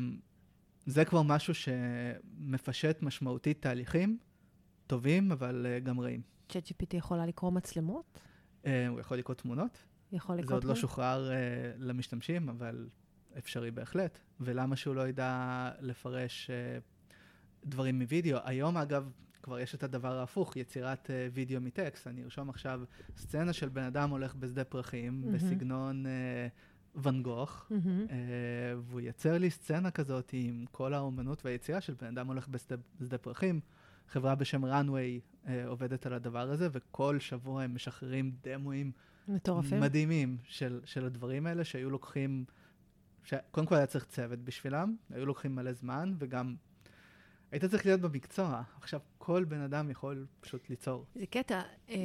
זה כבר משהו שמפשט משמעותית תהליכים, טובים, אבל גם רעים. צ'אט ג'י פי טי יכולה לקרוא מצלמות? הוא יכול לקרוא תמונות. יכול לקרוא זה עוד לא שוחרר למשתמשים, אבל... אפשרי בהחלט, ולמה שהוא לא ידע לפרש uh, דברים מווידאו. היום, אגב, כבר יש את הדבר ההפוך, יצירת uh, וידאו מטקסט. אני ארשום עכשיו סצנה של בן אדם הולך בשדה פרחים, mm-hmm. בסגנון uh, ון גוך, mm-hmm. uh, והוא ייצר לי סצנה כזאת עם כל האומנות והיצירה של בן אדם הולך בשדה, בשדה פרחים. חברה בשם runway uh, עובדת על הדבר הזה, וכל שבוע הם משחררים דמוים מטורפים. מדהימים של, של הדברים האלה, שהיו לוקחים... שקודם כל היה צריך צוות בשבילם, היו לוקחים מלא זמן, וגם היית צריך להיות במקצוע. עכשיו, כל בן אדם יכול פשוט ליצור. זה קטע.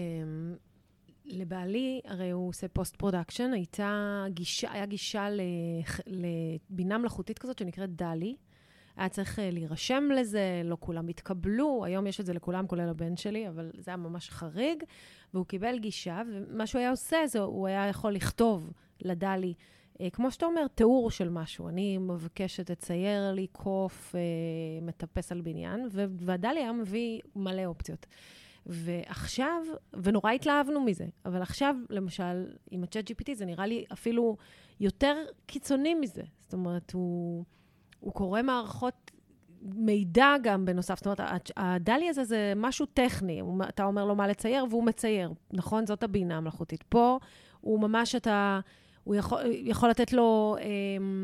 לבעלי, הרי הוא עושה פוסט-פרודקשן, הייתה גישה, היה גישה לבינה מלאכותית כזאת שנקראת דלי. היה צריך להירשם לזה, לא כולם התקבלו, היום יש את זה לכולם, כולל הבן שלי, אבל זה היה ממש חריג, והוא קיבל גישה, ומה שהוא היה עושה, זה הוא היה יכול לכתוב לדלי, כמו שאתה אומר, תיאור של משהו. אני מבקשת לצייר לי קוף, מטפס על בניין, והדלי היה מביא מלא אופציות. ועכשיו, ונורא התלהבנו מזה, אבל עכשיו, למשל, עם ה-צ'אט ג'י פי טי, זה נראה לי אפילו יותר קיצוני מזה. זאת אומרת, הוא, הוא קורא מערכות מידע גם בנוסף. זאת אומרת, הדלי הזה זה משהו טכני. אתה אומר לו מה לצייר, והוא מצייר. נכון? זאת הבינה המלאכותית. פה הוא ממש, אתה... הוא יכול, יכול לתת לו אה,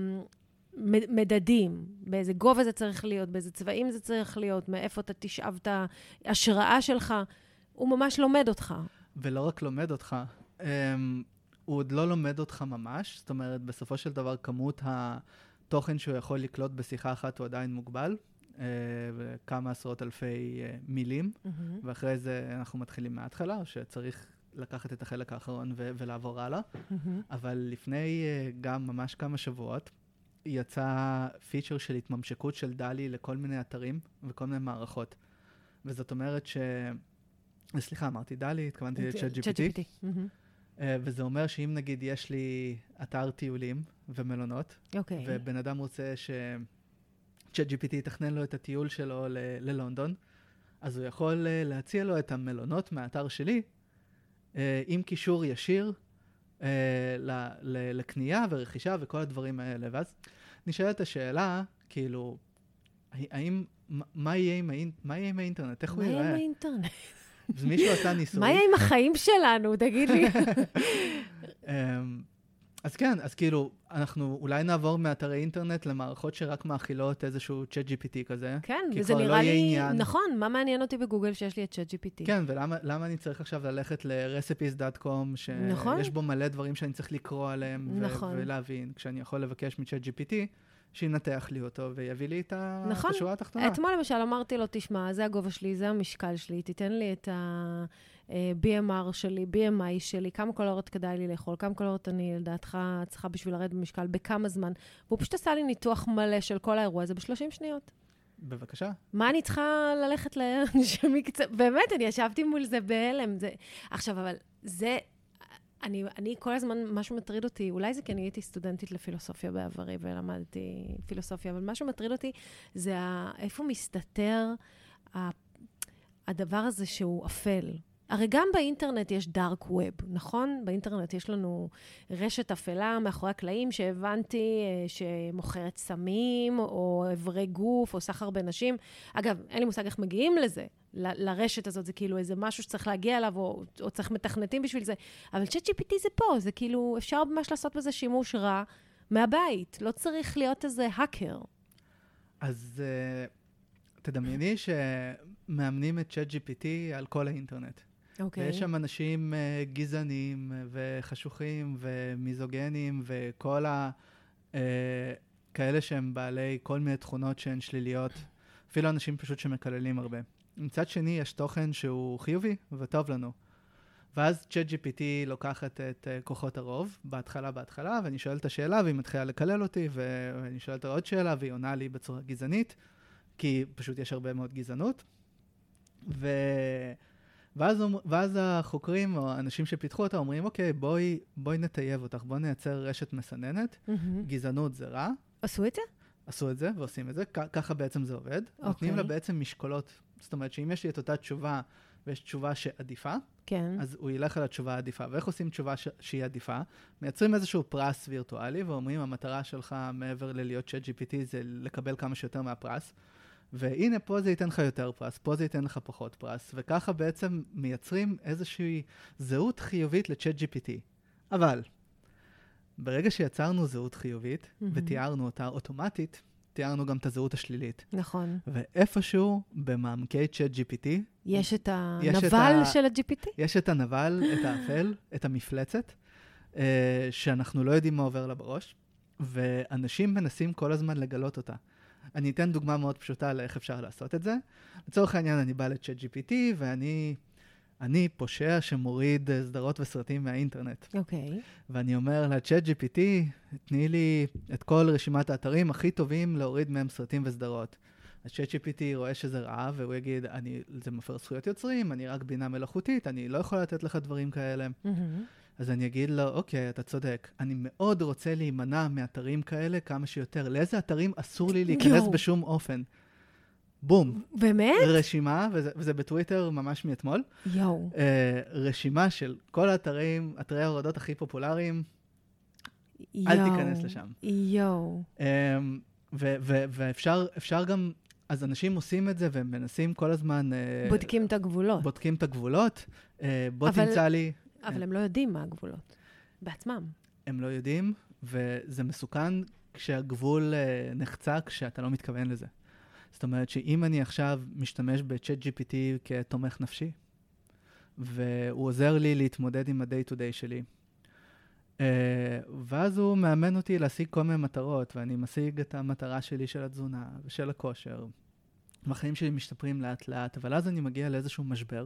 מדדים, באיזה גובה זה צריך להיות, באיזה צבעים זה צריך להיות, מאיפה אתה תשאב את ההשראה שלך. הוא ממש לומד אותך. ולא רק לומד אותך, אה, הוא עוד לא לומד אותך ממש. זאת אומרת, בסופו של דבר, כמות התוכן שהוא יכול לקלוט בשיחה אחת הוא עדיין מוגבל, אה, וכמה עשרות אלפי אה, מילים, mm-hmm. ואחרי זה אנחנו מתחילים מההתחלה, או שצריך... לקחת את החלק האחרון ו- ולעבור הלאה. Mm-hmm. אבל לפני uh, גם ממש כמה שבועות, יצא פיצ'ר של התממשקות של דלי לכל מיני אתרים וכל מיני מערכות. וזאת אומרת ש... סליחה, אמרתי דלי, התכוונתי ל-צ'אט ג'י פי טי. Mm-hmm. Uh, וזה אומר שאם נגיד יש לי אתר טיולים ומלונות, okay. ובן אדם רוצה ש-צ'אט ג'י פי טי יתכנן לו את הטיול שלו ל- ללונדון, אז הוא יכול uh, להציע לו את המלונות מהאתר שלי, Uh, עם קישור ישיר uh, ל- ל- לקנייה ורכישה וכל הדברים האלה. ואז נשאלת השאלה, כאילו, האם, מה יהיה עם, האינ... מה יהיה עם האינטרנט? איך הוא יראה? מה יהיה עם האינטרנט? אז מישהו עשה ניסוי. מה יהיה עם החיים שלנו? תגיד לי. um, אז כן, אז כאילו, אנחנו אולי נעבור מאתרי אינטרנט למערכות שרק מאכילות איזשהו צ'אט ג'י פי טי כזה. כן, כי וזה כבר נראה לא יהיה לי, עניין. נכון, מה מעניין אותי בגוגל שיש לי את צ'אט ג'י פי טי? כן, ולמה למה אני צריך עכשיו ללכת ל-רסיפיס דוט קום, נכון. שיש בו מלא דברים שאני צריך לקרוא עליהם ו- נכון. ולהבין, כשאני יכול לבקש מצ'אט ג'י פי טי, שינתח לי אותו ויביא לי את ה- נכון. את השורה התחתונה. אתמול למשל אמרתי לו, תשמע, זה הגובה שלי, זה המשקל שלי, תיתן לי את ה-בי אם אר שלי, בי אם איי שלי, כמה קלוריות כדאי לי לאכול, כמה קלוריות אני לדעתך צריכה בשביל לרדת במשקל, בכמה זמן. והוא פשוט עשה לי ניתוח מלא של כל האירוע הזה ב-שלושים שניות. בבקשה. מה אני צריכה ללכת לאנשי מקצוע? באמת, אני ישבתי מול זה בהלם. זה... עכשיו, אבל זה... אני, אני כל הזמן, משהו מטריד אותי, אולי זה כי אני הייתי סטודנטית לפילוסופיה בעברי ולמדתי פילוסופיה, אבל משהו מטריד אותי זה ה, איפה מסתתר ה, הדבר הזה שהוא אפל. הרי גם באינטרנט יש דארק ווב, נכון? באינטרנט יש לנו רשת אפלה מאחורי הקלעים שהבנתי שמוכרת סמים או עברי גוף או סחר בנשים. אגב, אין לי מושג איך מגיעים לזה. ל- לרשת הזאת זה כאילו איזה משהו שצריך להגיע אליו או, או צריך מתכנתים בשביל זה. אבל צ'אט ג'י פי טי זה פה, זה כאילו אפשר ממש לעשות בזה שימוש רע מהבית. לא צריך להיות איזה האקר. אז uh, תדמייני שמאמנים את צ'אט ג'י פי טי על כל האינטרנט. אוקיי. ויש שם אנשים uh, גזענים וחשוכים ומיזוגנים וכל ה... Uh, כאלה שהם בעלי כל מיני תכונות שהן שליליות. אפילו אנשים פשוט שמקללים הרבה. מצד שני, יש תוכן שהוא חיובי וטוב לנו. ואז צ'אט ג'י פי טי לוקחת את uh, כוחות הרוב, בהתחלה, בהתחלה, ואני שואל את השאלה, והיא מתחילה לקלל אותי, ואני שואל את עוד שאלה, והיא עונה לי בצורה גזענית, כי פשוט יש הרבה מאוד גזענות. ו... ואז, ואז החוקרים, או האנשים שפיתחו אותה, אומרים, אוקיי, בואי, בואי נטייב אותך, בואי נייצר רשת מסננת, mm-hmm. גזענות זה רע. עשו את זה? עשו את זה, ועושים את זה, כ- ככה בעצם זה עובד. Okay. נותנים לה בעצם משקולות, זאת אומרת שאם יש לי את אותה תשובה, ויש תשובה שעדיפה, כן. אז הוא ילך על התשובה העדיפה. ואיך עושים תשובה ש- שהיא עדיפה? מייצרים איזשהו פרס וירטואלי, ואומרים, המטרה שלך מעבר ללהיות צ'אט ג'י פי טי, זה לקבל כמה שיותר מהפרס. והנה, פה זה ייתן לך יותר פרס, פה זה ייתן לך פחות פרס, וככה בעצם מייצרים איזושהי זהות חיובית לצ'אט ג'י פי טי. אבל, ברגע שיצרנו זהות חיובית, mm-hmm. ותיארנו אותה אוטומטית, תיארנו גם את הזהות השלילית. נכון. ואיפשהו במעמקי צ'אט ג'י פי טי, יש את הנבל של ה-ג'י פי טי? יש את הנבל, את האפל, את המפלצת, אה, שאנחנו לא יודעים מה עובר לה בראש, ואנשים מנסים כל הזמן לגלות אותה. אני אתן דוגמה מאוד פשוטה לאיך אפשר לעשות את זה. לצורך העניין, אני בא לצ'אט ג'י פי טי, ואני אני פושע שמוריד סדרות וסרטים מהאינטרנט. אוקיי. Okay. ואני אומר לצ'אט ג'י פי טי, תני לי את כל רשימת האתרים הכי טובים להוריד מהם סרטים וסדרות. אז צ'אט ג'י פי טי רואה שזה רע, והוא יגיד, אני, זה מפר זכויות יוצרים, אני רק בינה מלאכותית, אני לא יכול לתת לך דברים כאלה. Mm-hmm. אז אני אגיד לו, אוקיי, אתה צודק. אני מאוד רוצה להימנע מאתרים כאלה כמה שיותר. לאיזה אתרים אסור לי להיכנס יו. בשום אופן? בום. באמת? רשימה, וזה, וזה בטוויטר ממש מאתמול. יואו. Uh, רשימה של כל האתרים, אתרי ההורדות הכי פופולריים. יו. אל תיכנס לשם. יואו. Um, ו- ו- ואפשר אפשר גם, אז אנשים עושים את זה ומנסים כל הזמן... Uh, בודקים את הגבולות. בודקים את הגבולות. Uh, בוא אבל... תמצא לי... אבל הם לא יודעים מה הגבולות. בעצמם. הם לא יודעים, וזה מסוכן כשהגבול uh, נחצה כשאתה לא מתכוון לזה. זאת אומרת שאם אני עכשיו משתמש ב-צ'אט ג'י פי טי כתומך נפשי, והוא עוזר לי להתמודד עם ה-day to day שלי, uh, ואז הוא מאמן אותי להשיג כל מיני מטרות, ואני משיג את המטרה שלי של התזונה ושל הכושר. והחיים שלי משתפרים לאט לאט, אבל אז אני מגיע לאיזשהו משבר,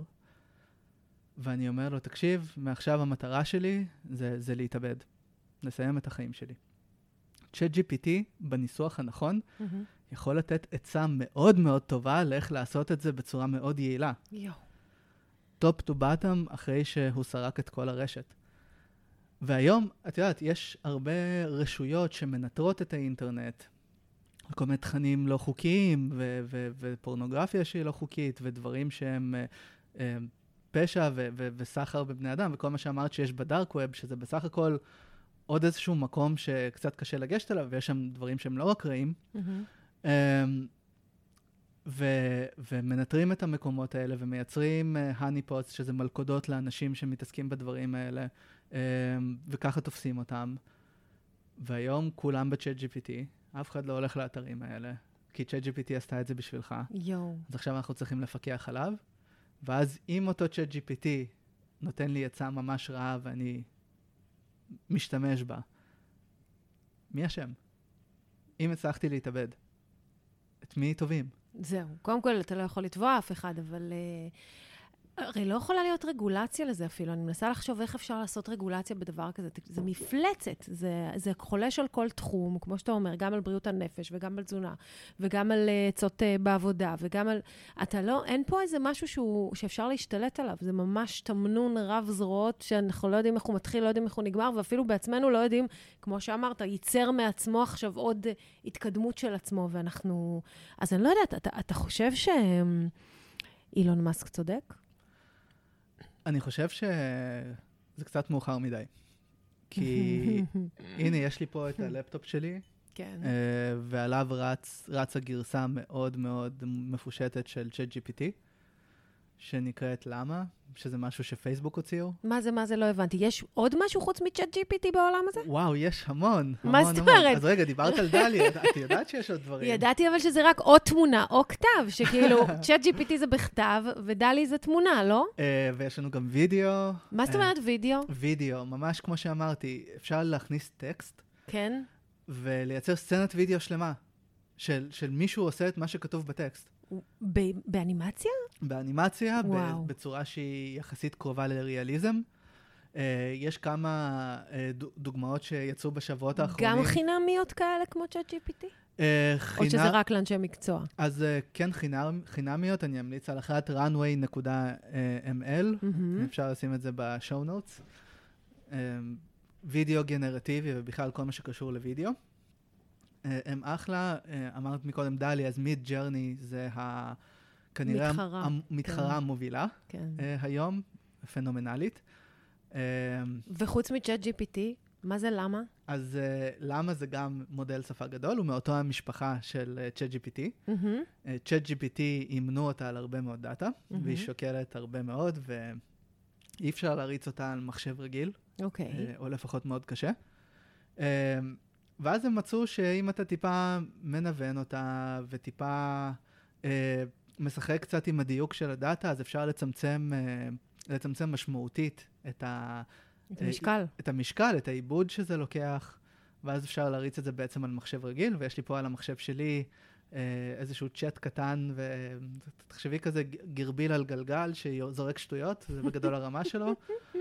ואני אומר לו, תקשיב, מעכשיו המטרה שלי זה, זה להתאבד, לסיים את החיים שלי. צ'אט ג'י פי טי, בניסוח הנכון, mm-hmm. יכול לתת עצה מאוד מאוד טובה לאיך לעשות את זה בצורה מאוד יעילה. יו. טופ טו בטם, אחרי שהוא סרק את כל הרשת. והיום, את יודעת, יש הרבה רשויות שמנטרות את האינטרנט, כל מיני תכנים לא חוקיים, ו- ו- ופורנוגרפיה שהיא לא חוקית, ודברים שהם... Uh, uh, פשע ו- ו- וסחר בבני אדם, וכל מה שאמרת שיש בדארק ווב, שזה בסך הכל עוד איזשהו מקום שקצת קשה לגשת אליו, ויש שם דברים שהם לא רק רעים, mm-hmm. um, ו- ומנטרים את המקומות האלה, ומייצרים uh, honeypots, שזה מלכודות לאנשים שמתעסקים בדברים האלה, um, וככה תופסים אותם. והיום כולם ב-צ'אט ג'י פי טי, אף אחד לא הולך לאתרים האלה, כי צ'אט ג'י פי טי עשתה את זה בשבילך. יו. אז עכשיו אנחנו צריכים לפקח עליו, ואז אם אותו צ'אט ג'י פי טי נותן לי עצה ממש רעה ואני משתמש בה, מי אשם? אם הצלחתי להתאבד, את מי טובים? זהו. קודם כל, אתה לא יכול לתבוע אף אחד, אבל... Uh, הרי לא יכולה להיות רגולציה לזה אפילו. אני מנסה לחשוב איך אפשר לעשות רגולציה בדבר כזה. זה מפלצת. זה, זה חולש על כל תחום, כמו שאתה אומר, גם על בריאות הנפש, וגם על תזונה, וגם על עצות uh, בעבודה, וגם על... אתה לא... אין פה איזה משהו שהוא, שאפשר להשתלט עליו. זה ממש תמנון רב זרועות, שאנחנו לא יודעים איך הוא מתחיל, לא יודעים איך הוא נגמר, ואפילו בעצמנו לא יודעים, כמו שאמרת, ייצר מעצמו עכשיו עוד uh, התקדמות של עצמו, ואנחנו... אז אני לא יודעת, אתה, אתה חושב שאילון מאסק צודק? אני חושב שזה קצת מאוחר מדי. כי הנה, יש לי פה את הלפטופ שלי, כן. ועליו רץ, רץ הגרסה מאוד מאוד מפושטת של צ'אט ג'י פי טי, שנקראת למה, שזה משהו שפייסבוק הוציאו. מה זה, מה זה? לא הבנתי. יש עוד משהו חוץ מצ'אט ג'י פי טי בעולם הזה? וואו, יש המון. מה המון, זאת המון. אומרת? אז רגע, דיברת על דלי, את, את יודעת שיש עוד דברים. ידעתי אבל שזה רק או תמונה או כתב, שכאילו צ'אט ג'י פי טי זה בכתב, ודלי זה תמונה, לא? Uh, ויש לנו גם וידאו. מה זאת אומרת וידאו? וידאו, ממש כמו שאמרתי, אפשר להכניס טקסט, כן. ולייצר סצנת וידאו שלמה, של, של מישהו עושה את מה שכתוב בטקסט. ב- באנימציה? באנימציה, וואו. ב- בצורה שהיא יחסית קרובה לריאליזם. Uh, יש כמה uh, דוגמאות שיצאו בשבועות האחרונים. גם חינמיות כאלה כמו צ'אט ג'י פי טי? Uh, חינ... או שזה רק לאנשי מקצוע? אז uh, כן, חינם, חינמיות, אני אמליץ על אחת runway דוט אם אל, Mm-hmm. אפשר לשים את זה בשואו נוטס. Uh, וידאו גנרטיבי ובכלל כל מה שקשור לוידאו. Uh, הם אחלה, uh, אמרת מקודם דלי, אז מיד ג'רני זה ה... כנראה מתחרה. המתחרה כן. המובילה כן. uh, היום, פנומנלית. Uh, וחוץ מצ'אט ג'י פי טי, מה זה למה? אז uh, למה זה גם מודל שפה גדול? הוא מאותו המשפחה של צ'אט ג'י פי טי. צ'אט ג'י פי טי אימנו אותה על הרבה מאוד דאטה, Mm-hmm. והיא שוקלת הרבה מאוד, ואי אפשר להריץ אותה על מחשב רגיל, אוקיי. uh, או לפחות מאוד קשה. Uh, ואז הם מצאו שאם אתה טיפה מנוון אותה, וטיפה uh, משחק קצת עם הדיוק של הדאטה, אז אפשר לצמצם, uh, לצמצם משמעותית את ה... את המשקל. את המשקל, את העיבוד שזה לוקח, ואז אפשר להריץ את זה בעצם על מחשב רגיל, ויש לי פה על המחשב שלי איזשהו צ'אט קטן, ותחשבי כזה גרביל על גלגל שזורק שטויות, זה בגדול הרמה שלו,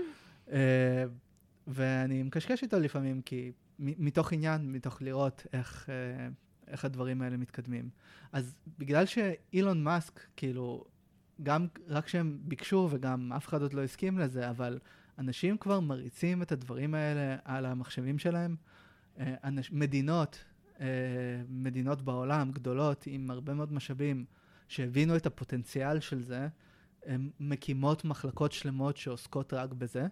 ואני מקשקש איתו לפעמים, כי מתוך עניין, מתוך לראות איך, איך הדברים האלה מתקדמים. אז בגלל שאילון מאסק, כאילו, גם רק שהם ביקשו, וגם אף אחד עוד לא הסכים לזה, אבל אנשים כבר מריצים את הדברים האלה על המחשבים שלהם. אנש, מדינות, מדינות בעולם גדולות עם הרבה מאוד משאבים שהבינו את הפוטנציאל של זה, הן מקימות מחלקות שלמות שעוסקות רק בזה.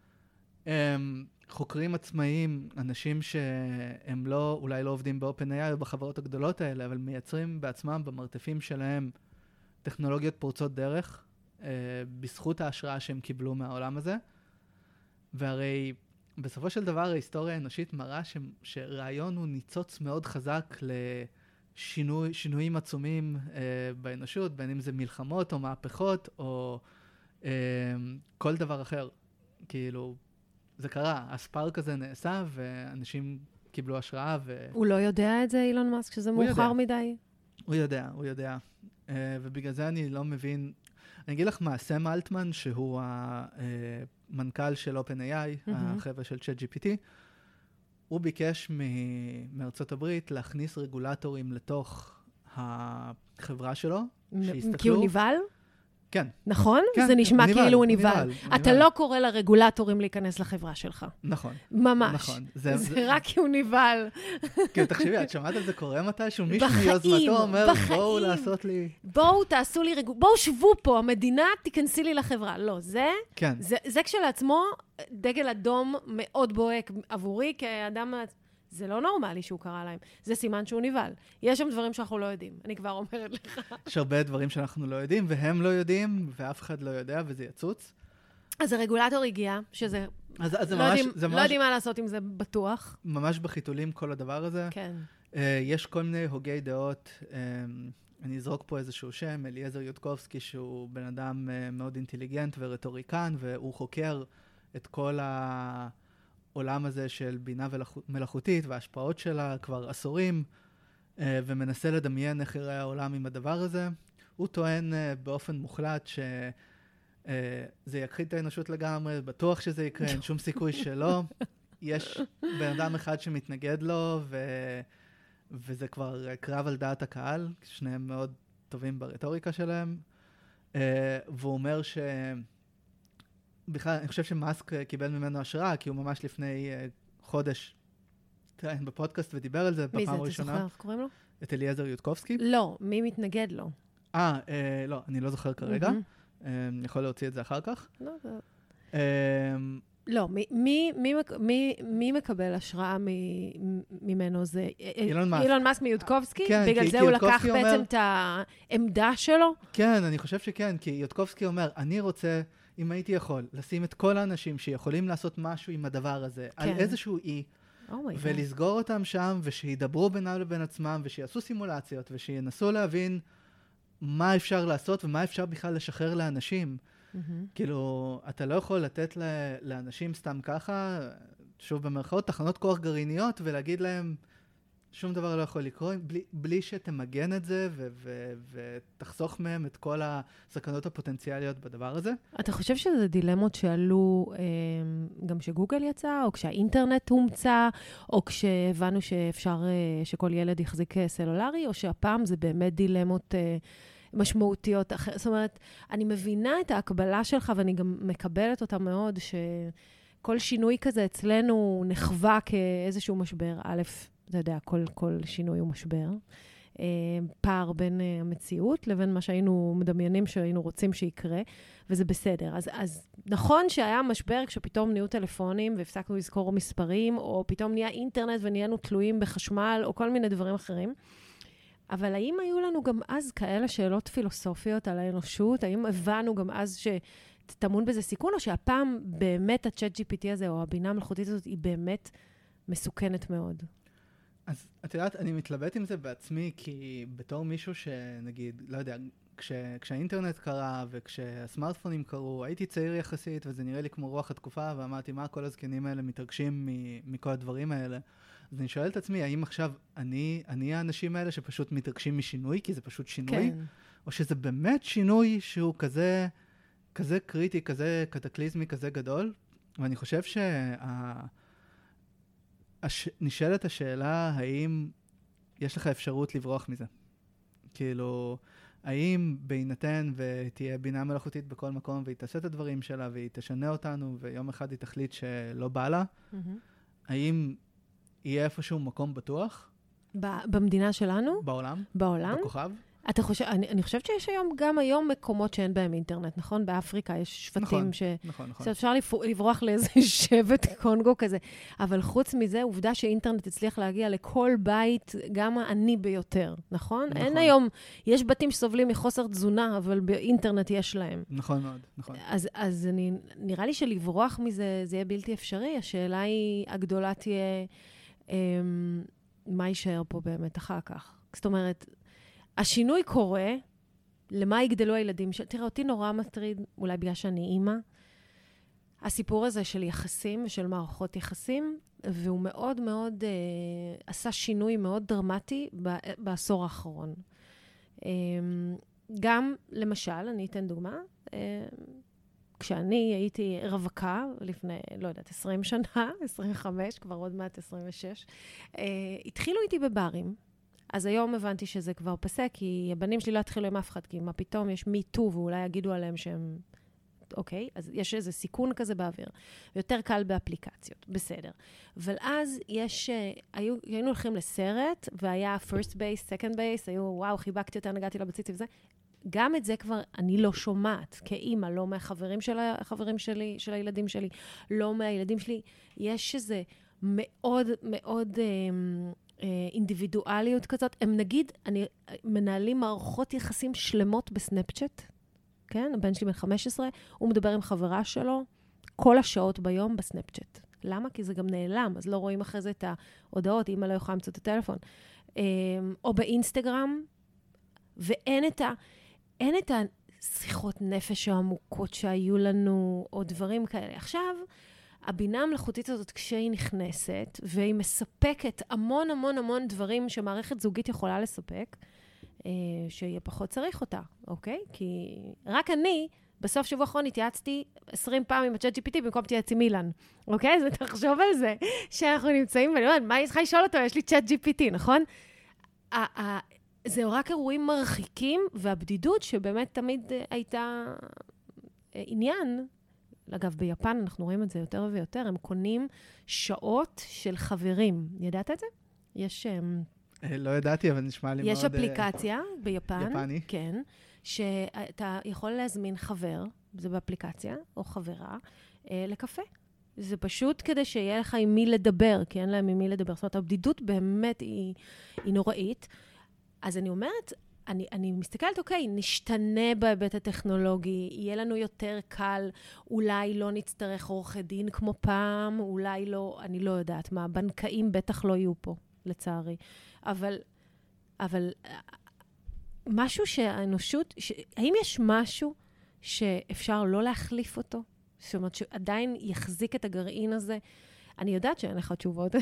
חוקרים עצמאיים, אנשים שהם לא, אולי לא עובדים ב-אופן איי או בחברות הגדולות האלה, אבל מייצרים בעצמם במרתפים שלהם טכנולוגיות פורצות דרך, בזכות ההשראה שהם קיבלו מהעולם הזה. והרי בסופו של דבר ההיסטוריה האנושית מראה ש... שרעיון הוא ניצוץ מאוד חזק לשינוי, שינויים עצומים אה, באנושות, בין אם זה מלחמות או מהפכות או אה, כל דבר אחר. כאילו, זה קרה, הספארק הזה נעשה ואנשים קיבלו השראה ו... הוא לא יודע את זה, אילון מאסק, שזה מאוחר יודע. מדי? הוא יודע, הוא יודע. Uh, ובגלל זה אני לא מבין... אני אגיד לך מה, סם אלטמן, שהוא המנכ"ל של אופן איי איי, mm-hmm. החבר'ה של צ'אט ג'י פי טי, הוא ביקש מ- מארצות הברית להכניס רגולטורים לתוך החברה שלו, שיסתכלו... כי הוא נבהל? כן. נכון? כן, זה נשמע נבהל, כאילו הוא נבהל. נבהל. אתה לא קורא לרגולטורים להיכנס לחברה שלך. נכון. ממש. נכון. זה, זה... זה רק כי הוא נבהל. כאילו, תחשבי, את שמעת על זה קורה מתישהו? מישהו מיוזמתו אומר, בחיים. בואו לעשות לי... בואו תעשו לי רגול... בואו שבו פה, המדינה תיכנסי לי לחברה. לא, זה... כן. זה, זה כשלעצמו דגל אדום מאוד בוהק עבורי, כאדם... זה לא נורמלי שהוא קרא להם. זה סימן שהוא נבהל. יש שם דברים שאנחנו לא יודעים. אני כבר אומרת לך. יש הרבה דברים שאנחנו לא יודעים, והם לא יודעים, ואף אחד לא יודע, וזה יצוץ. אז הרגולטור הגיע, שזה אז, אז זה לא ממש, יודעים, זה ממש, לא יודעים מה לעשות עם זה בטוח. ממש בחיתולים כל הדבר הזה. כן. Uh, יש כל מיני הוגי דעות, um, אני אזרוק פה איזשהו שם, אליעזר יודקובסקי, שהוא בן אדם uh, מאוד אינטליגנט ורטוריקן, והוא חוקר את כל העולם הזה של בינה מלאכותית וההשפעות שלה כבר עשורים, uh, ומנסה לדמיין איך יראה העולם עם הדבר הזה. הוא טוען uh, באופן מוחלט שזה uh, יכחיד את האנושות לגמרי, בטוח שזה יקרה, אין שום סיכוי שלא. יש בן אדם אחד שמתנגד לו, ו... וזה כבר קרב על דעת הקהל, שניהם מאוד טובים ברטוריקה שלהם. Uh, והוא אומר ש... בכלל, אני חושב שמאסק קיבל ממנו השראה, כי הוא ממש לפני uh, חודש טען בפודקאסט ודיבר על זה בפעם הראשונה. מי זה, אתה זוכר? איך קוראים לו? את אליעזר יודקובסקי. לא, מי מתנגד לו? אה, uh, לא, אני לא זוכר כרגע. Mm-hmm. אני uh, יכול להוציא את זה אחר כך. לא, זה... Uh, לא, מי, מי, מי, מי, מי מקבל השראה ממנו? זה אילון מאסק. אילון מאסק מיודקובסקי? כן, בגלל כי, זה כי הוא לקח אומר... בעצם את העמדה שלו? כן, אני חושב שכן, כי יודקובסקי אומר, אני רוצה, אם הייתי יכול, לשים את כל האנשים שיכולים לעשות משהו עם הדבר הזה, כן. על איזשהו אי, oh ולסגור אותם שם, ושידברו בינם לבין עצמם, ושיעשו סימולציות, ושינסו להבין מה אפשר לעשות, ומה אפשר בכלל לשחרר לאנשים. Mm-hmm. כאילו, אתה לא יכול לתת לאנשים סתם ככה, שוב במרכאות, תחנות כוח גרעיניות, ולהגיד להם, שום דבר לא יכול לקרות, בלי, בלי שתמגן את זה, ו- ו- ותחסוך מהם את כל הסכנות הפוטנציאליות בדבר הזה. אתה חושב שזה דילמות שעלו גם כשגוגל יצא, או כשהאינטרנט הומצא, או כשהבנו שאפשר, שכל ילד יחזיק סלולרי, או שהפעם זה באמת דילמות משמעותיות אחרות? זאת אומרת, אני מבינה את ההקבלה שלך, ואני גם מקבלת אותה מאוד, שכל שינוי כזה אצלנו נחווה כאיזשהו משבר. א', אתה יודע, כל, כל שינוי הוא משבר. פער בין המציאות לבין מה שהיינו מדמיינים שהיינו רוצים שיקרה, וזה בסדר. אז, אז נכון שהיה משבר כשפתאום נהיו טלפונים והפסקנו לזכור מספרים, או פתאום נהיה אינטרנט ונהיינו תלויים בחשמל, או כל מיני דברים אחרים. אבל האם היו לנו גם אז כאלה שאלות פילוסופיות על האנושות? האם הבנו גם אז שתמון בזה סיכון, או שהפעם באמת ה-צ'אט ג'י פי טי הזה, או הבינה המלאכותית הזאת, היא באמת מסוכנת מאוד? אז את יודעת, אני מתלבט עם זה בעצמי, כי בתור מישהו שנגיד, לא יודע, כש, כשהאינטרנט קרה וכשהסמארטפונים קרו, הייתי צעיר יחסית, וזה נראה לי כמו רוח התקופה, ואמרתי, מה כל הזקנים האלה מתרגשים מ, מכל הדברים האלה? אז אני שואל את עצמי, האם עכשיו אני, אני האנשים האלה שפשוט מתרגשים משינוי, כי זה פשוט שינוי? כן. או שזה באמת שינוי שהוא כזה, כזה קריטי, כזה קטקליזמי, כזה גדול? ואני חושב שה... הש... נשאלת השאלה, האם יש לך אפשרות לברוח מזה? כאילו, האם בהינתן ותהיה בינה מלאכותית בכל מקום, והיא תעשה את הדברים שלה, והיא תשנה אותנו, ויום אחד היא תחליט שלא בא לה, mm-hmm. האם יהיה איפשהו מקום בטוח? במדינה שלנו? בעולם? בעולם? בכוכב? אתה חושב, אני, אני חושבת שיש היום, גם היום מקומות שאין בהם אינטרנט, נכון? באפריקה יש שבטים נכון, ש... נכון, נכון. שאפשר לברוח לאיזה שבט קונגו כזה. אבל חוץ מזה, עובדה שאינטרנט הצליח להגיע לכל בית, גם העני ביותר, נכון? נכון. אין היום, יש בתים שסובלים מחוסר תזונה, אבל באינטרנט יש להם. נכון מאוד, נכון. אז, אז אני, נראה לי שלברוח מזה, זה יהיה בלתי אפשרי. השאלה היא, הגדולה תהיה, אמ, מה יישאר פה באמת אחר כך? זאת אומרת, השינוי קורה, למה יגדלו הילדים? ש... תראה, אותי נורא מטריד, אולי בגלל שאני אימא, הסיפור הזה של יחסים ושל מערכות יחסים, והוא מאוד מאוד אה, עשה שינוי מאוד דרמטי ב... בעשור האחרון. אה, גם, למשל, אני אתן דוגמה, אה, כשאני הייתי רווקה, לפני, לא יודעת, עשרים שנה, עשרים וחמש, כבר עוד מעט עשרים ושש, אה, התחילו איתי בברים, אז היום הבנתי שזה כבר פסק, כי הבנים שלי לא התחילו עם אף אחד, כי מה פתאום יש מי-טו, ואולי יגידו עליהם שהם... אוקיי, אז יש איזה סיכון כזה באוויר. יותר קל באפליקציות, בסדר. אבל אז יש... היו, היינו הולכים לסרט, והיה first base, second base, היו, וואו, חיבקתי אותה, נגעתי לה בציצי וזה. גם את זה כבר אני לא שומעת, כאימא, לא מהחברים של החברים שלי, של הילדים שלי, לא מהילדים שלי. יש איזה מאוד מאוד... אינדיבידואליות כזאת. הם נגיד, אני, מנהלים מערכות יחסים שלמות בסנאפצ'אט, כן? הבן שלי בן חמש עשרה, הוא מדבר עם חברה שלו, כל השעות ביום בסנאפצ'אט. למה? כי זה גם נעלם, אז לא רואים אחרי זה את ההודעות, אמא לא יכולה למצוא את הטלפון. או באינסטגרם, ואין את ה... אין את השיחות נפש העמוקות שהיו לנו, או דברים כאלה. עכשיו, הבינה המלאכותית הזאת, כשהיא נכנסת, והיא מספקת המון המון המון דברים שמערכת זוגית יכולה לספק, שיהיה פחות צריך אותה, אוקיי? כי רק אני, בסוף שבוע האחרון התייעצתי עשרים פעם עם ה-צ'אט ג'י פי טי, במקום תייעץ עם אילן, אוקיי? אז תחשוב על זה, שאנחנו נמצאים, ואני אומרת, מה יש לך לשאול אותו? יש לי צ'אט ג'י פי טי, נכון? זה רק אירועים מרחיקים, והבדידות שבאמת תמיד הייתה עניין, אגב, ביפן אנחנו רואים את זה יותר ויותר, הם קונים שעות של חברים. ידעת את זה? יש... לא ידעתי, אבל נשמע לי מאוד... יש אפליקציה ביפן. יפני? כן. שאתה יכול להזמין חבר, זה באפליקציה, או חברה, לקפה. זה פשוט כדי שיהיה לך עם מי לדבר, כי אין להם עם מי לדבר. זאת אומרת, הבדידות באמת היא, היא נוראית. אז אני אומרת, אני, אני מסתכלת, אוקיי, נשתנה בהיבט הטכנולוגי, יהיה לנו יותר קל, אולי לא נצטרך עורכי דין כמו פעם, אולי לא, אני לא יודעת מה, בנקאים בטח לא יהיו פה, לצערי. אבל, אבל משהו שהאנושות, ש... האם יש משהו שאפשר לא להחליף אותו? זאת אומרת, שעדיין יחזיק את הגרעין הזה? אני יודעת שאין לך תשובות,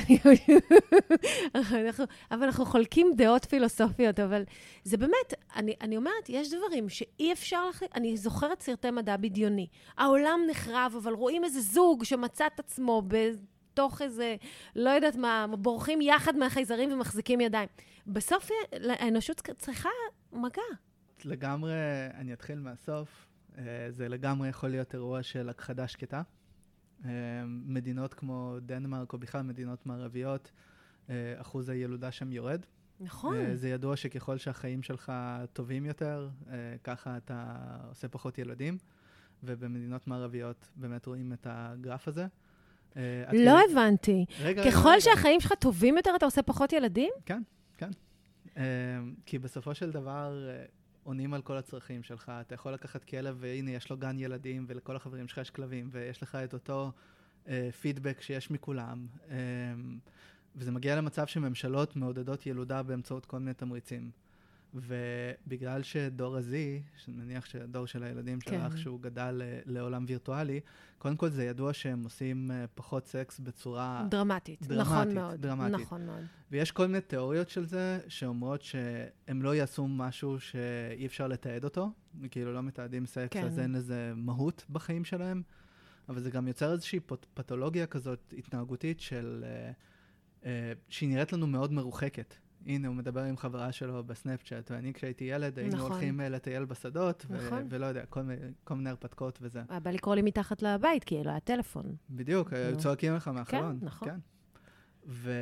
אבל אנחנו חולקים דעות פילוסופיות, אבל זה באמת, אני, אני אומרת, יש דברים שאי אפשר לך, אני זוכרת סרטי מדע בדיוני. העולם נחרב, אבל רואים איזה זוג שמצא את עצמו בתוך איזה, לא יודעת מה, בורחים יחד מהחייזרים ומחזיקים ידיים. בסוף האנושות צריכה מגע. לגמרי, אני אתחיל מהסוף, זה לגמרי יכול להיות אירוע של הכחדה שקטה. מדינות כמו דנמרק, או בכלל מדינות מערביות, אחוז הילודה שם יורד. נכון. זה ידוע שככל שהחיים שלך טובים יותר, ככה אתה עושה פחות ילדים, ובמדינות מערביות באמת רואים את הגרף הזה. לא הבנתי. ככל שהחיים שלך טובים יותר, אתה עושה פחות ילדים? כן, כן. כי בסופו של דבר... עונים על כל הצרכים שלך, אתה יכול לקחת כלב והנה יש לו גן ילדים ולכל החברים שלך יש כלבים ויש לך את אותו אה, פידבק שיש מכולם אה, וזה מגיע למצב שממשלות מעודדות ילודה באמצעות כל מיני תמריצים ובגלל שדור הזי, שנניח שדור של הילדים כן. שלך שהוא גדל לעולם וירטואלי, קודם כל זה ידוע שהם עושים פחות סקס בצורה דרמטית, דרמטית, נכון מאוד, דרמטית. נכון מאוד. ויש כל מיני תיאוריות של זה שאומרות שהם לא יעשו משהו שאי אפשר לתעד אותו, כאילו לא מתעדים סקס, כן. אז אין לזה מהות בחיים שלהם, אבל זה גם יוצר איזושהי פתולוגיה כזאת התנהגותית של, שהיא נראית לנו מאוד מרוחקת. הנה, הוא מדבר עם חברה שלו בסנאפצ'אט, ואני כשהייתי ילד, היינו נכון. הולכים לטייל בשדות, נכון. ו- ולא יודע, כל, כל מיני הרפתקות וזה. בא לקרוא לי מתחת לבית, כי לא היה טלפון. בדיוק, היו צועקים לך מהחלון. כן, נכון. כן. ו...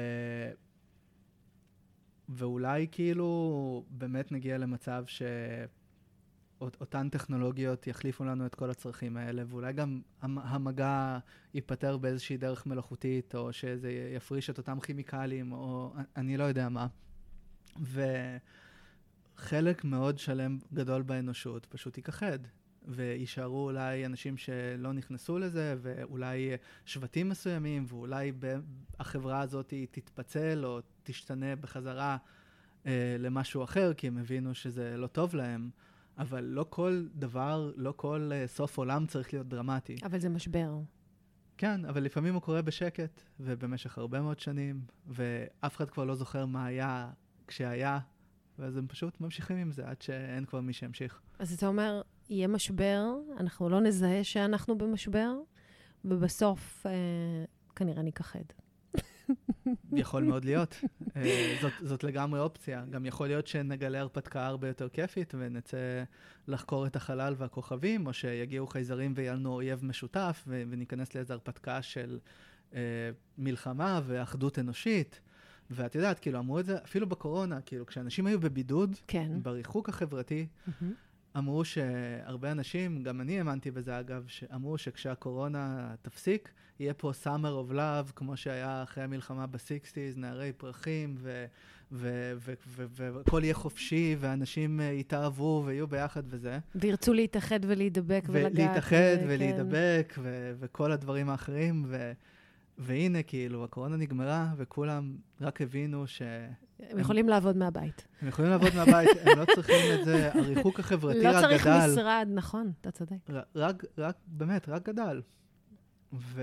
ואולי כאילו באמת נגיע למצב שאותן טכנולוגיות יחליפו לנו את כל הצרכים האלה, ואולי גם המגע ייפטר באיזושהי דרך מלאכותית, או שזה יפריש את אותם כימיקלים, או אני לא יודע מה. וחלק מאוד שלם גדול באנושות פשוט ייכחד, וישארו אולי אנשים שלא נכנסו לזה, ואולי שבטים מסוימים, ואולי החברה הזאת תתפצל או תשתנה בחזרה אה, למשהו אחר, כי הם הבינו שזה לא טוב להם. אבל לא כל דבר, לא כל uh, סוף עולם צריך להיות דרמטי. אבל זה משבר. כן, אבל לפעמים הוא קורה בשקט, ובמשך הרבה מאוד שנים, ואף אחד כבר לא זוכר מה היה כשהיה, ואז הם פשוט ממשיכים עם זה, עד שאין כבר מי שימשיך. אז אתה אומר, יהיה משבר, אנחנו לא נזהה שאנחנו במשבר, ובסוף אה, כנראה ניכחד. יכול מאוד להיות. זאת, זאת לגמרי אופציה. גם יכול להיות שנגלה הרפתקה הרבה יותר כיפית, ונצא לחקור את החלל והכוכבים, או שיגיעו חייזרים ויהיה לנו אויב משותף, ו- וניכנס לאיזו הרפתקה של אה, מלחמה ואחדות אנושית. ואת יודעת, כאילו, אמרו את זה, אפילו בקורונה, כאילו, כשאנשים היו בבידוד, כן. בריחוק החברתי, mm-hmm. אמרו שהרבה אנשים, גם אני האמנתי בזה אגב, שאמרו שכשהקורונה תפסיק, יהיה פה summer of love, כמו שהיה אחרי המלחמה ב-שישים, נערי פרחים ו- והכל יהיה חופשי, ואנשים יתאהבו ויהיו ביחד וזה. וירצו להתאחד ולהידבק ולגעת. ולהתאחד ולהידבק, וכל הדברים האחרים, והנה, כאילו, הקורונה נגמרה, וכולם רק הבינו ש... הם יכולים לעבוד מהבית. הם יכולים לעבוד מהבית, הם לא צריכים את זה, הריחוק החברתי רק גדל. לא צריך משרד, נכון, אתה צודק. רק, רק, באמת, רק גדל. ו...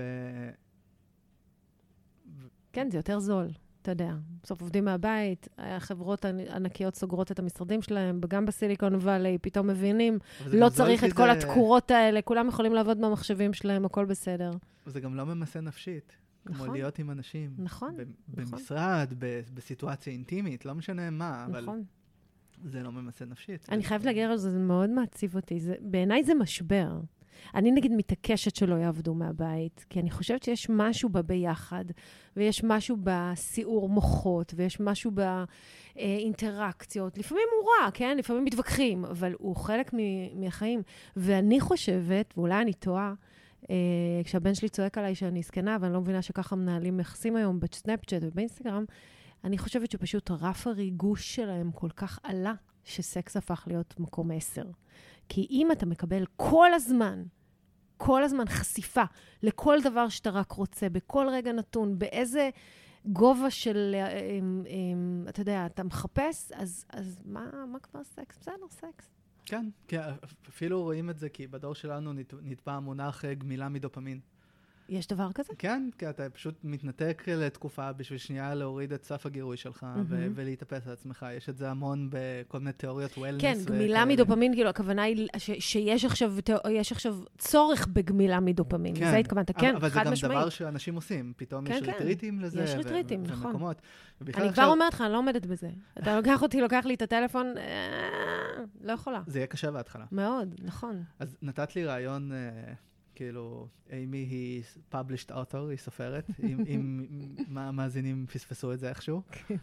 כן, זה יותר זול, אתה יודע. בסוף עובדים מהבית, החברות הענקיות סוגרות את המשרדים שלהם, גם בסיליקון ואלי, פתאום מבינים, לא צריך את כל התקורות האלה, כולם יכולים לעבוד במחשבים שלהם, הכל בסדר. וזה גם לא ממסה נפשית. כמו להיות עם אנשים. נכון. במשרד, בסיטואציה אינטימית, לא משנה מה, אבל זה לא ממסה נפשית. אני חייבת להגיד על זה, זה מאוד מעציב אותי. בעיניי זה משבר. אני נגיד מתעקשת שלא יעבדו מהבית, כי אני חושבת שיש משהו בביחד, ויש משהו בסיעור מוחות, ויש משהו באינטראקציות. לפעמים הוא רע, כן? לפעמים מתווכחים, אבל הוא חלק מהחיים. ואני חושבת, ואולי אני טועה, Uh, כשהבן שלי צועק עליי שאני זקנה, ואני לא מבינה שככה מנהלים יחסים היום בסנאפצ'אט ובאינסטגרם, אני חושבת שפשוט רף הריגוש שלהם כל כך עלה, שסקס הפך להיות מקום עשר. כי אם אתה מקבל כל הזמן, כל הזמן חשיפה לכל דבר שאתה רק רוצה, בכל רגע נתון, באיזה גובה של, um, um, אתה יודע, אתה מחפש, אז, אז מה, מה כבר סקס? בסדר, סקס. כן, כי אפילו רואים את זה, כי בדור שלנו נתבע המונח גמילה מדופמין. יש דבר כזה? כן, כי אתה פשוט מתנתק לתקופה בשביל שנייה להוריד את סף הגירוי שלך ו- ולהתאפס על עצמך. יש את זה המון בכל מיני תיאוריות וולנס. כן, גמילה מדופמין, כאילו, הכוונה היא ש- שיש עכשיו, יש עכשיו צורך בגמילה מדופמין. כן. זה התכוונת, כן, אבל חד זה משמעית. גם דבר שאנשים עושים. פתאום כן, יש כן. ריטריטים לזה. יש ריטריטים, ו- נכון. ומקומות. אני עכשיו... כבר אומרת לך, אני לא עומדת בזה. אתה לוקח אותי, לוקח לי את הטלפון, לא יכולה. זה יהיה קשה בהתחלה. מאוד, נכון. אז נתת לי רעיון... כאילו, אימי היא published author, היא סופרת, אם המאזינים פספסו את זה איכשהו.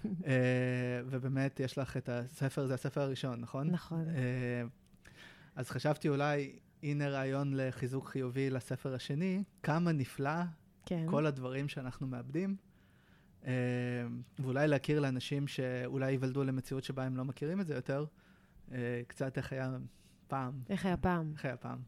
ובאמת יש לך את הספר, זה הספר הראשון, נכון? נכון. אז חשבתי אולי, הנה רעיון לחיזוק חיובי לספר השני, כמה נפלא כל הדברים שאנחנו מאבדים, ואולי להכיר לאנשים שאולי ייוולדו למציאות שבה הם לא מכירים את זה יותר, קצת איך היה פעם. איך היה פעם. איך היה פעם.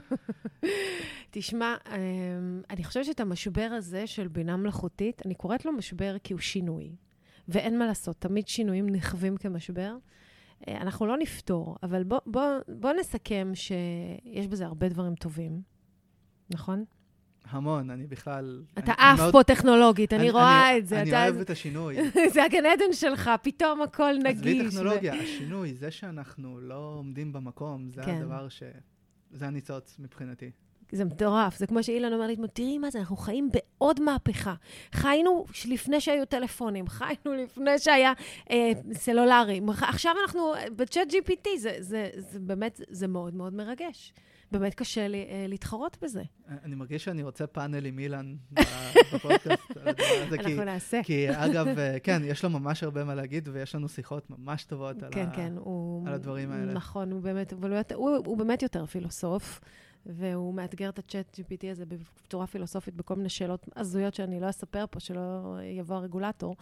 תשמע, אני חושבת שאת המשבר הזה של בינה מלאכותית, אני קוראת לו משבר כי הוא שינוי. ואין מה לעשות, תמיד שינויים נחווים כמשבר. אנחנו לא נפתור, אבל בוא, בוא, בוא נסכם שיש בזה הרבה דברים טובים. נכון? המון, אני בכלל... אתה אף פה טכנולוגית, אני רואה את זה. אני אוהב את השינוי. זה הגן עדן שלך, פתאום הכל נגיש. אז בלי טכנולוגיה, השינוי, זה שאנחנו לא עומדים במקום, זה הדבר ש... זה הניצוץ מבחינתי. זה מטורף, זה כמו שאילן אומר לי, תראי מה זה, אנחנו חיים בעוד מהפכה. חיינו לפני שהיו טלפונים, חיינו לפני שהיה אה, סלולרי. עכשיו אנחנו בצ'אט ג'י פי טי, זה, זה, זה באמת, זה מאוד מאוד מרגש. באמת קשה לי, אה, להתחרות בזה. אני מרגיש שאני רוצה פאנל עם אילן בפודקאסט. אנחנו נעשה. כי אגב, כן, יש לו ממש הרבה מה להגיד, ויש לנו שיחות ממש טובות כן, כן, הוא, על הדברים האלה. נכון, הוא באמת, הוא, הוא באמת יותר פילוסוף. והוא מאתגר את הצ'אט ג'י פי טי הזה בצורה פילוסופית, בכל מיני שאלות הזויות שאני לא אספר פה, שלא יבוא הרגולטור.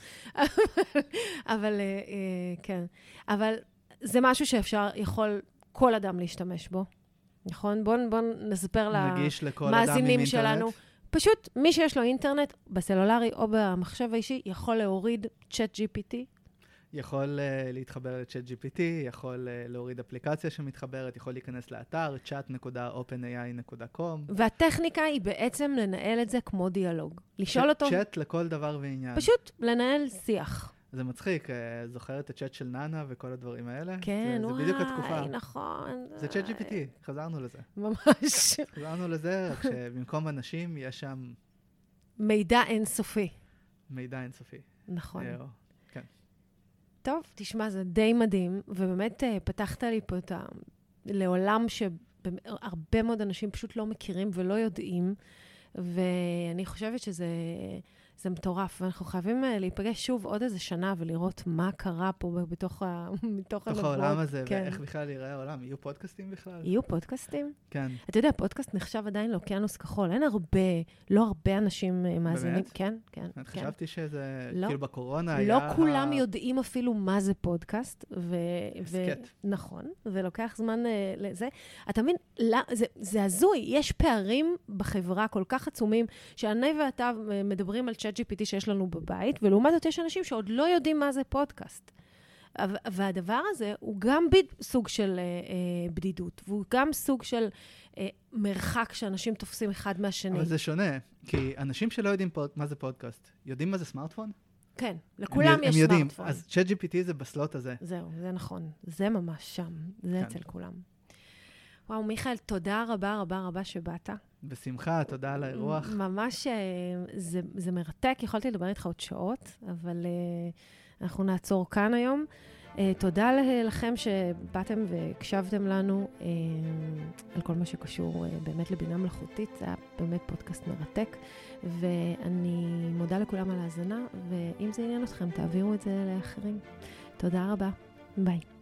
אבל, כן. אבל זה משהו שאפשר, יכול כל אדם להשתמש בו. נכון? בואו בוא נספר למאזינים שלנו. פשוט, מי שיש לו אינטרנט, בסלולרי או במחשב האישי, יכול להוריד צ'אט ג'י פי טי. יכול uh, להתחבר לצ'אט ג'י פי טי, יכול uh, להוריד אפליקציה שמתחברת, יכול להיכנס לאתר, צ'אט נקודה אופן איי איי נקודה קום. והטכניקה היא בעצם לנהל את זה כמו דיאלוג. לשאול אותו... צ'אט לכל דבר ועניין. פשוט לנהל שיח. זה מצחיק, זוכר את הצ'אט של נאנה וכל הדברים האלה? כן, זה, וואי, זה בדיוק התקופה. נכון. זה צ'אט ג'י פי טי, חזרנו לזה. ממש. חזרנו לזה, רק שבמקום אנשים יש שם... מידע אינסופי. מידע אינסופי. נכון. אה, כן. טוב, תשמע, זה די מדהים, ובאמת פתחת לי פה את ה... לעולם שהרבה מאוד אנשים פשוט לא מכירים ולא יודעים, ואני חושבת שזה זה מטורף, ואנחנו חייבים להיפגש שוב עוד איזה שנה ולראות מה קרה פה בתוך הנבואות. בתוך העולם הזה, ואיך בכלל ייראה העולם. יהיו פודקאסטים בכלל? יהיו פודקאסטים? כן. אתה יודע, פודקאסט נחשב עדיין לאוקיינוס כחול. אין הרבה, לא הרבה אנשים מאזינים. באמת? כן, כן. חשבתי שזה, כאילו בקורונה היה... לא כולם יודעים אפילו מה זה פודקאסט. הסקט. נכון, ולוקח זמן לזה. אתה מבין, זה הזוי. יש פערים בחברה כל כך עצומים, שאני ואתה מדברים על צ'אט ג'י פי טי שיש לנו בבית, ולעומת זאת יש אנשים שעוד לא יודעים מה זה פודקאסט. והדבר הזה הוא גם סוג של בדידות, והוא גם סוג של מרחק שאנשים תופסים אחד מהשני. אבל זה שונה, כי אנשים שלא יודעים מה זה פודקאסט, יודעים מה זה סמארטפון? כן, לכולם יש סמארטפון. אז צ'אט ג'י פי טי זה בסלוט הזה. זהו, זה נכון. זה ממש שם. זה אצל כולם. וואו, מיכאל, תודה רבה רבה רבה שבאת. בשמחה, תודה על האירוח. ממש, זה, זה מרתק, יכולתי לדבר איתך עוד שעות, אבל uh, אנחנו נעצור כאן היום. Uh, תודה לכם שבאתם והקשבתם לנו uh, על כל מה שקשור uh, באמת לבינה מלאכותית, זה היה באמת פודקאסט מרתק, ואני מודה לכולם על ההאזנה, ואם זה עניין אתכם, תעבירו את זה לאחרים. תודה רבה, ביי.